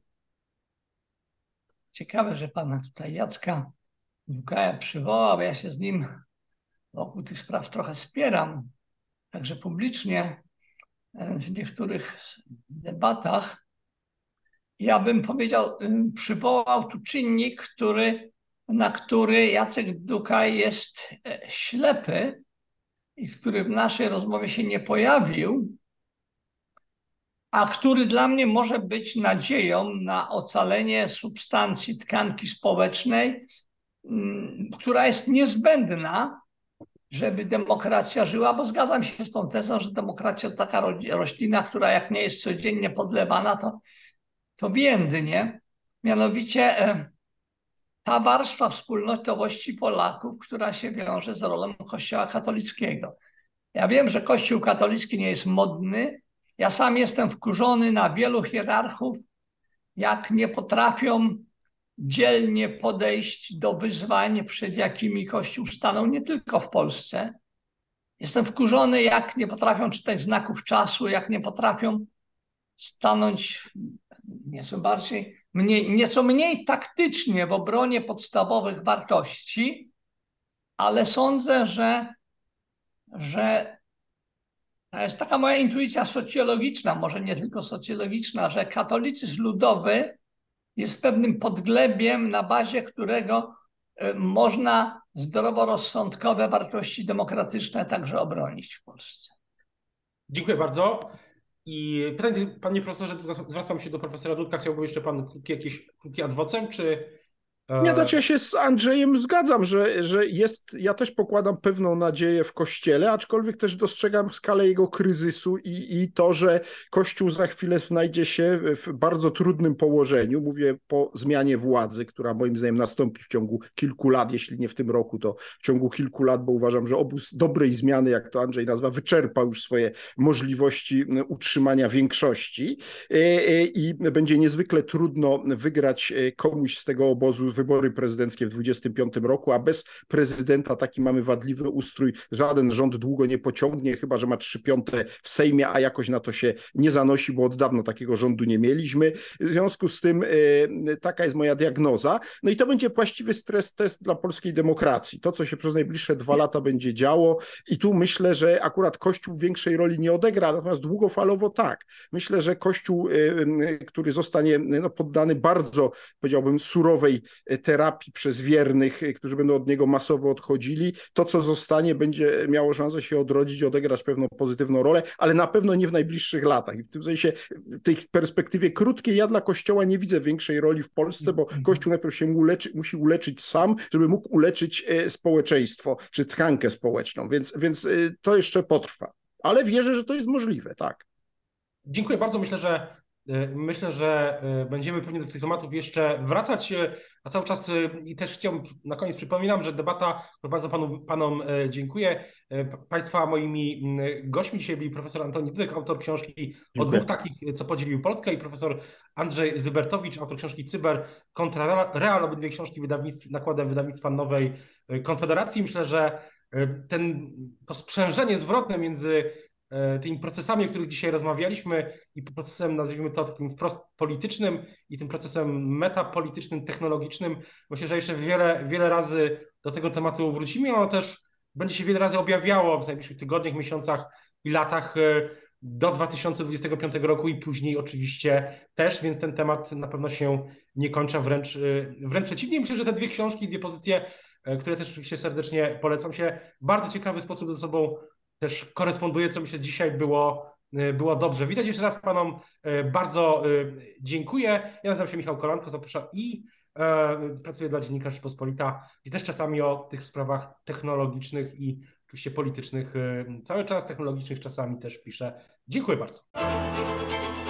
Ciekawe, że pan tutaj Jacka Dukaja przywołał. Ja się z nim wokół tych spraw trochę spieram, także publicznie w niektórych debatach. Ja bym powiedział, przywołał tu czynnik, na który Jacek Dukaj jest ślepy i który w naszej rozmowie się nie pojawił, a który dla mnie może być nadzieją na ocalenie substancji tkanki społecznej, która jest niezbędna, żeby demokracja żyła, bo zgadzam się z tą tezą, że demokracja to taka roślina, która jak nie jest codziennie podlewana, to biednie. Mianowicie ta warstwa wspólnotowości Polaków, która się wiąże z rolą Kościoła katolickiego. Ja wiem, że Kościół katolicki nie jest modny. Ja sam jestem wkurzony na wielu hierarchów, jak nie potrafią dzielnie podejść do wyzwań, przed jakimi Kościół stanął, nie tylko w Polsce. Jestem wkurzony, jak nie potrafią czytać znaków czasu, jak nie potrafią stanąć nieco mniej taktycznie w obronie podstawowych wartości, ale sądzę, że to jest taka moja intuicja socjologiczna, może nie tylko socjologiczna, że katolicyzm ludowy jest pewnym podglebiem, na bazie którego można zdroworozsądkowe wartości demokratyczne także obronić w Polsce. Dziękuję bardzo. I pytanie, panie profesorze, zwracam się do profesora Dudka. Chciałby jeszcze pan krótki ad vocem, czy... Nie, to ja się z Andrzejem zgadzam, że ja też pokładam pewną nadzieję w Kościele, aczkolwiek też dostrzegam skalę jego kryzysu i to, że Kościół za chwilę znajdzie się w bardzo trudnym położeniu. Mówię po zmianie władzy, która moim zdaniem nastąpi w ciągu kilku lat, jeśli nie w tym roku, to w ciągu kilku lat, bo uważam, że obóz dobrej zmiany, jak to Andrzej nazwa, wyczerpał już swoje możliwości utrzymania większości i będzie niezwykle trudno wygrać komuś z tego obozu wybory prezydenckie w 25 roku, a bez prezydenta taki mamy wadliwy ustrój. Żaden rząd długo nie pociągnie, chyba że ma 3/5 w Sejmie, a jakoś na to się nie zanosi, bo od dawna takiego rządu nie mieliśmy. W związku z tym taka jest moja diagnoza. No i to będzie właściwy stres test dla polskiej demokracji. To, co się przez najbliższe 2 lata będzie działo i tu myślę, że akurat Kościół większej roli nie odegra, natomiast długofalowo tak. Myślę, że Kościół, który zostanie poddany bardzo, powiedziałbym, surowej terapii przez wiernych, którzy będą od niego masowo odchodzili, to, co zostanie, będzie miało szansę się odrodzić, odegrać pewną pozytywną rolę, ale na pewno nie w najbliższych latach. I w tym sensie, w tej perspektywie krótkiej, ja dla Kościoła nie widzę większej roli w Polsce, bo Kościół najpierw się musi uleczyć sam, żeby mógł uleczyć społeczeństwo, czy tkankę społeczną, więc to jeszcze potrwa. Ale wierzę, że to jest możliwe, tak. Dziękuję bardzo. Myślę, że będziemy pewnie do tych tematów jeszcze wracać, a cały czas i też chciałbym na koniec przypominam, że debata, bardzo panom dziękuję. Państwa moimi gośćmi dzisiaj byli profesor Antoni Dudek, autor książki o dwóch takich, co podzieliły Polskę, i profesor Andrzej Zybertowicz, autor książki Cyber kontra Real, obydwie książki nakładem wydawnictwa Nowej Konfederacji. Myślę, że to sprzężenie zwrotne między tymi procesami, o których dzisiaj rozmawialiśmy, i procesem, nazwijmy to takim wprost politycznym, i tym procesem metapolitycznym, technologicznym, myślę, że jeszcze wiele razy do tego tematu wrócimy. Ono też będzie się wiele razy objawiało w najbliższych tygodniach, miesiącach i latach do 2025 roku i później oczywiście też, więc ten temat na pewno się nie kończy, wręcz przeciwnie. Myślę, że te dwie książki, dwie pozycje, które też oczywiście serdecznie polecam, się w bardzo ciekawy sposób ze sobą też koresponduje, co myślę dzisiaj było dobrze. Widać. Jeszcze raz panom bardzo dziękuję. Ja nazywam się Michał Kolanko, zapraszam i pracuję dla Dziennika Rzeczpospolita, gdzie też czasami o tych sprawach technologicznych i oczywiście politycznych, cały czas technologicznych czasami też piszę. Dziękuję bardzo.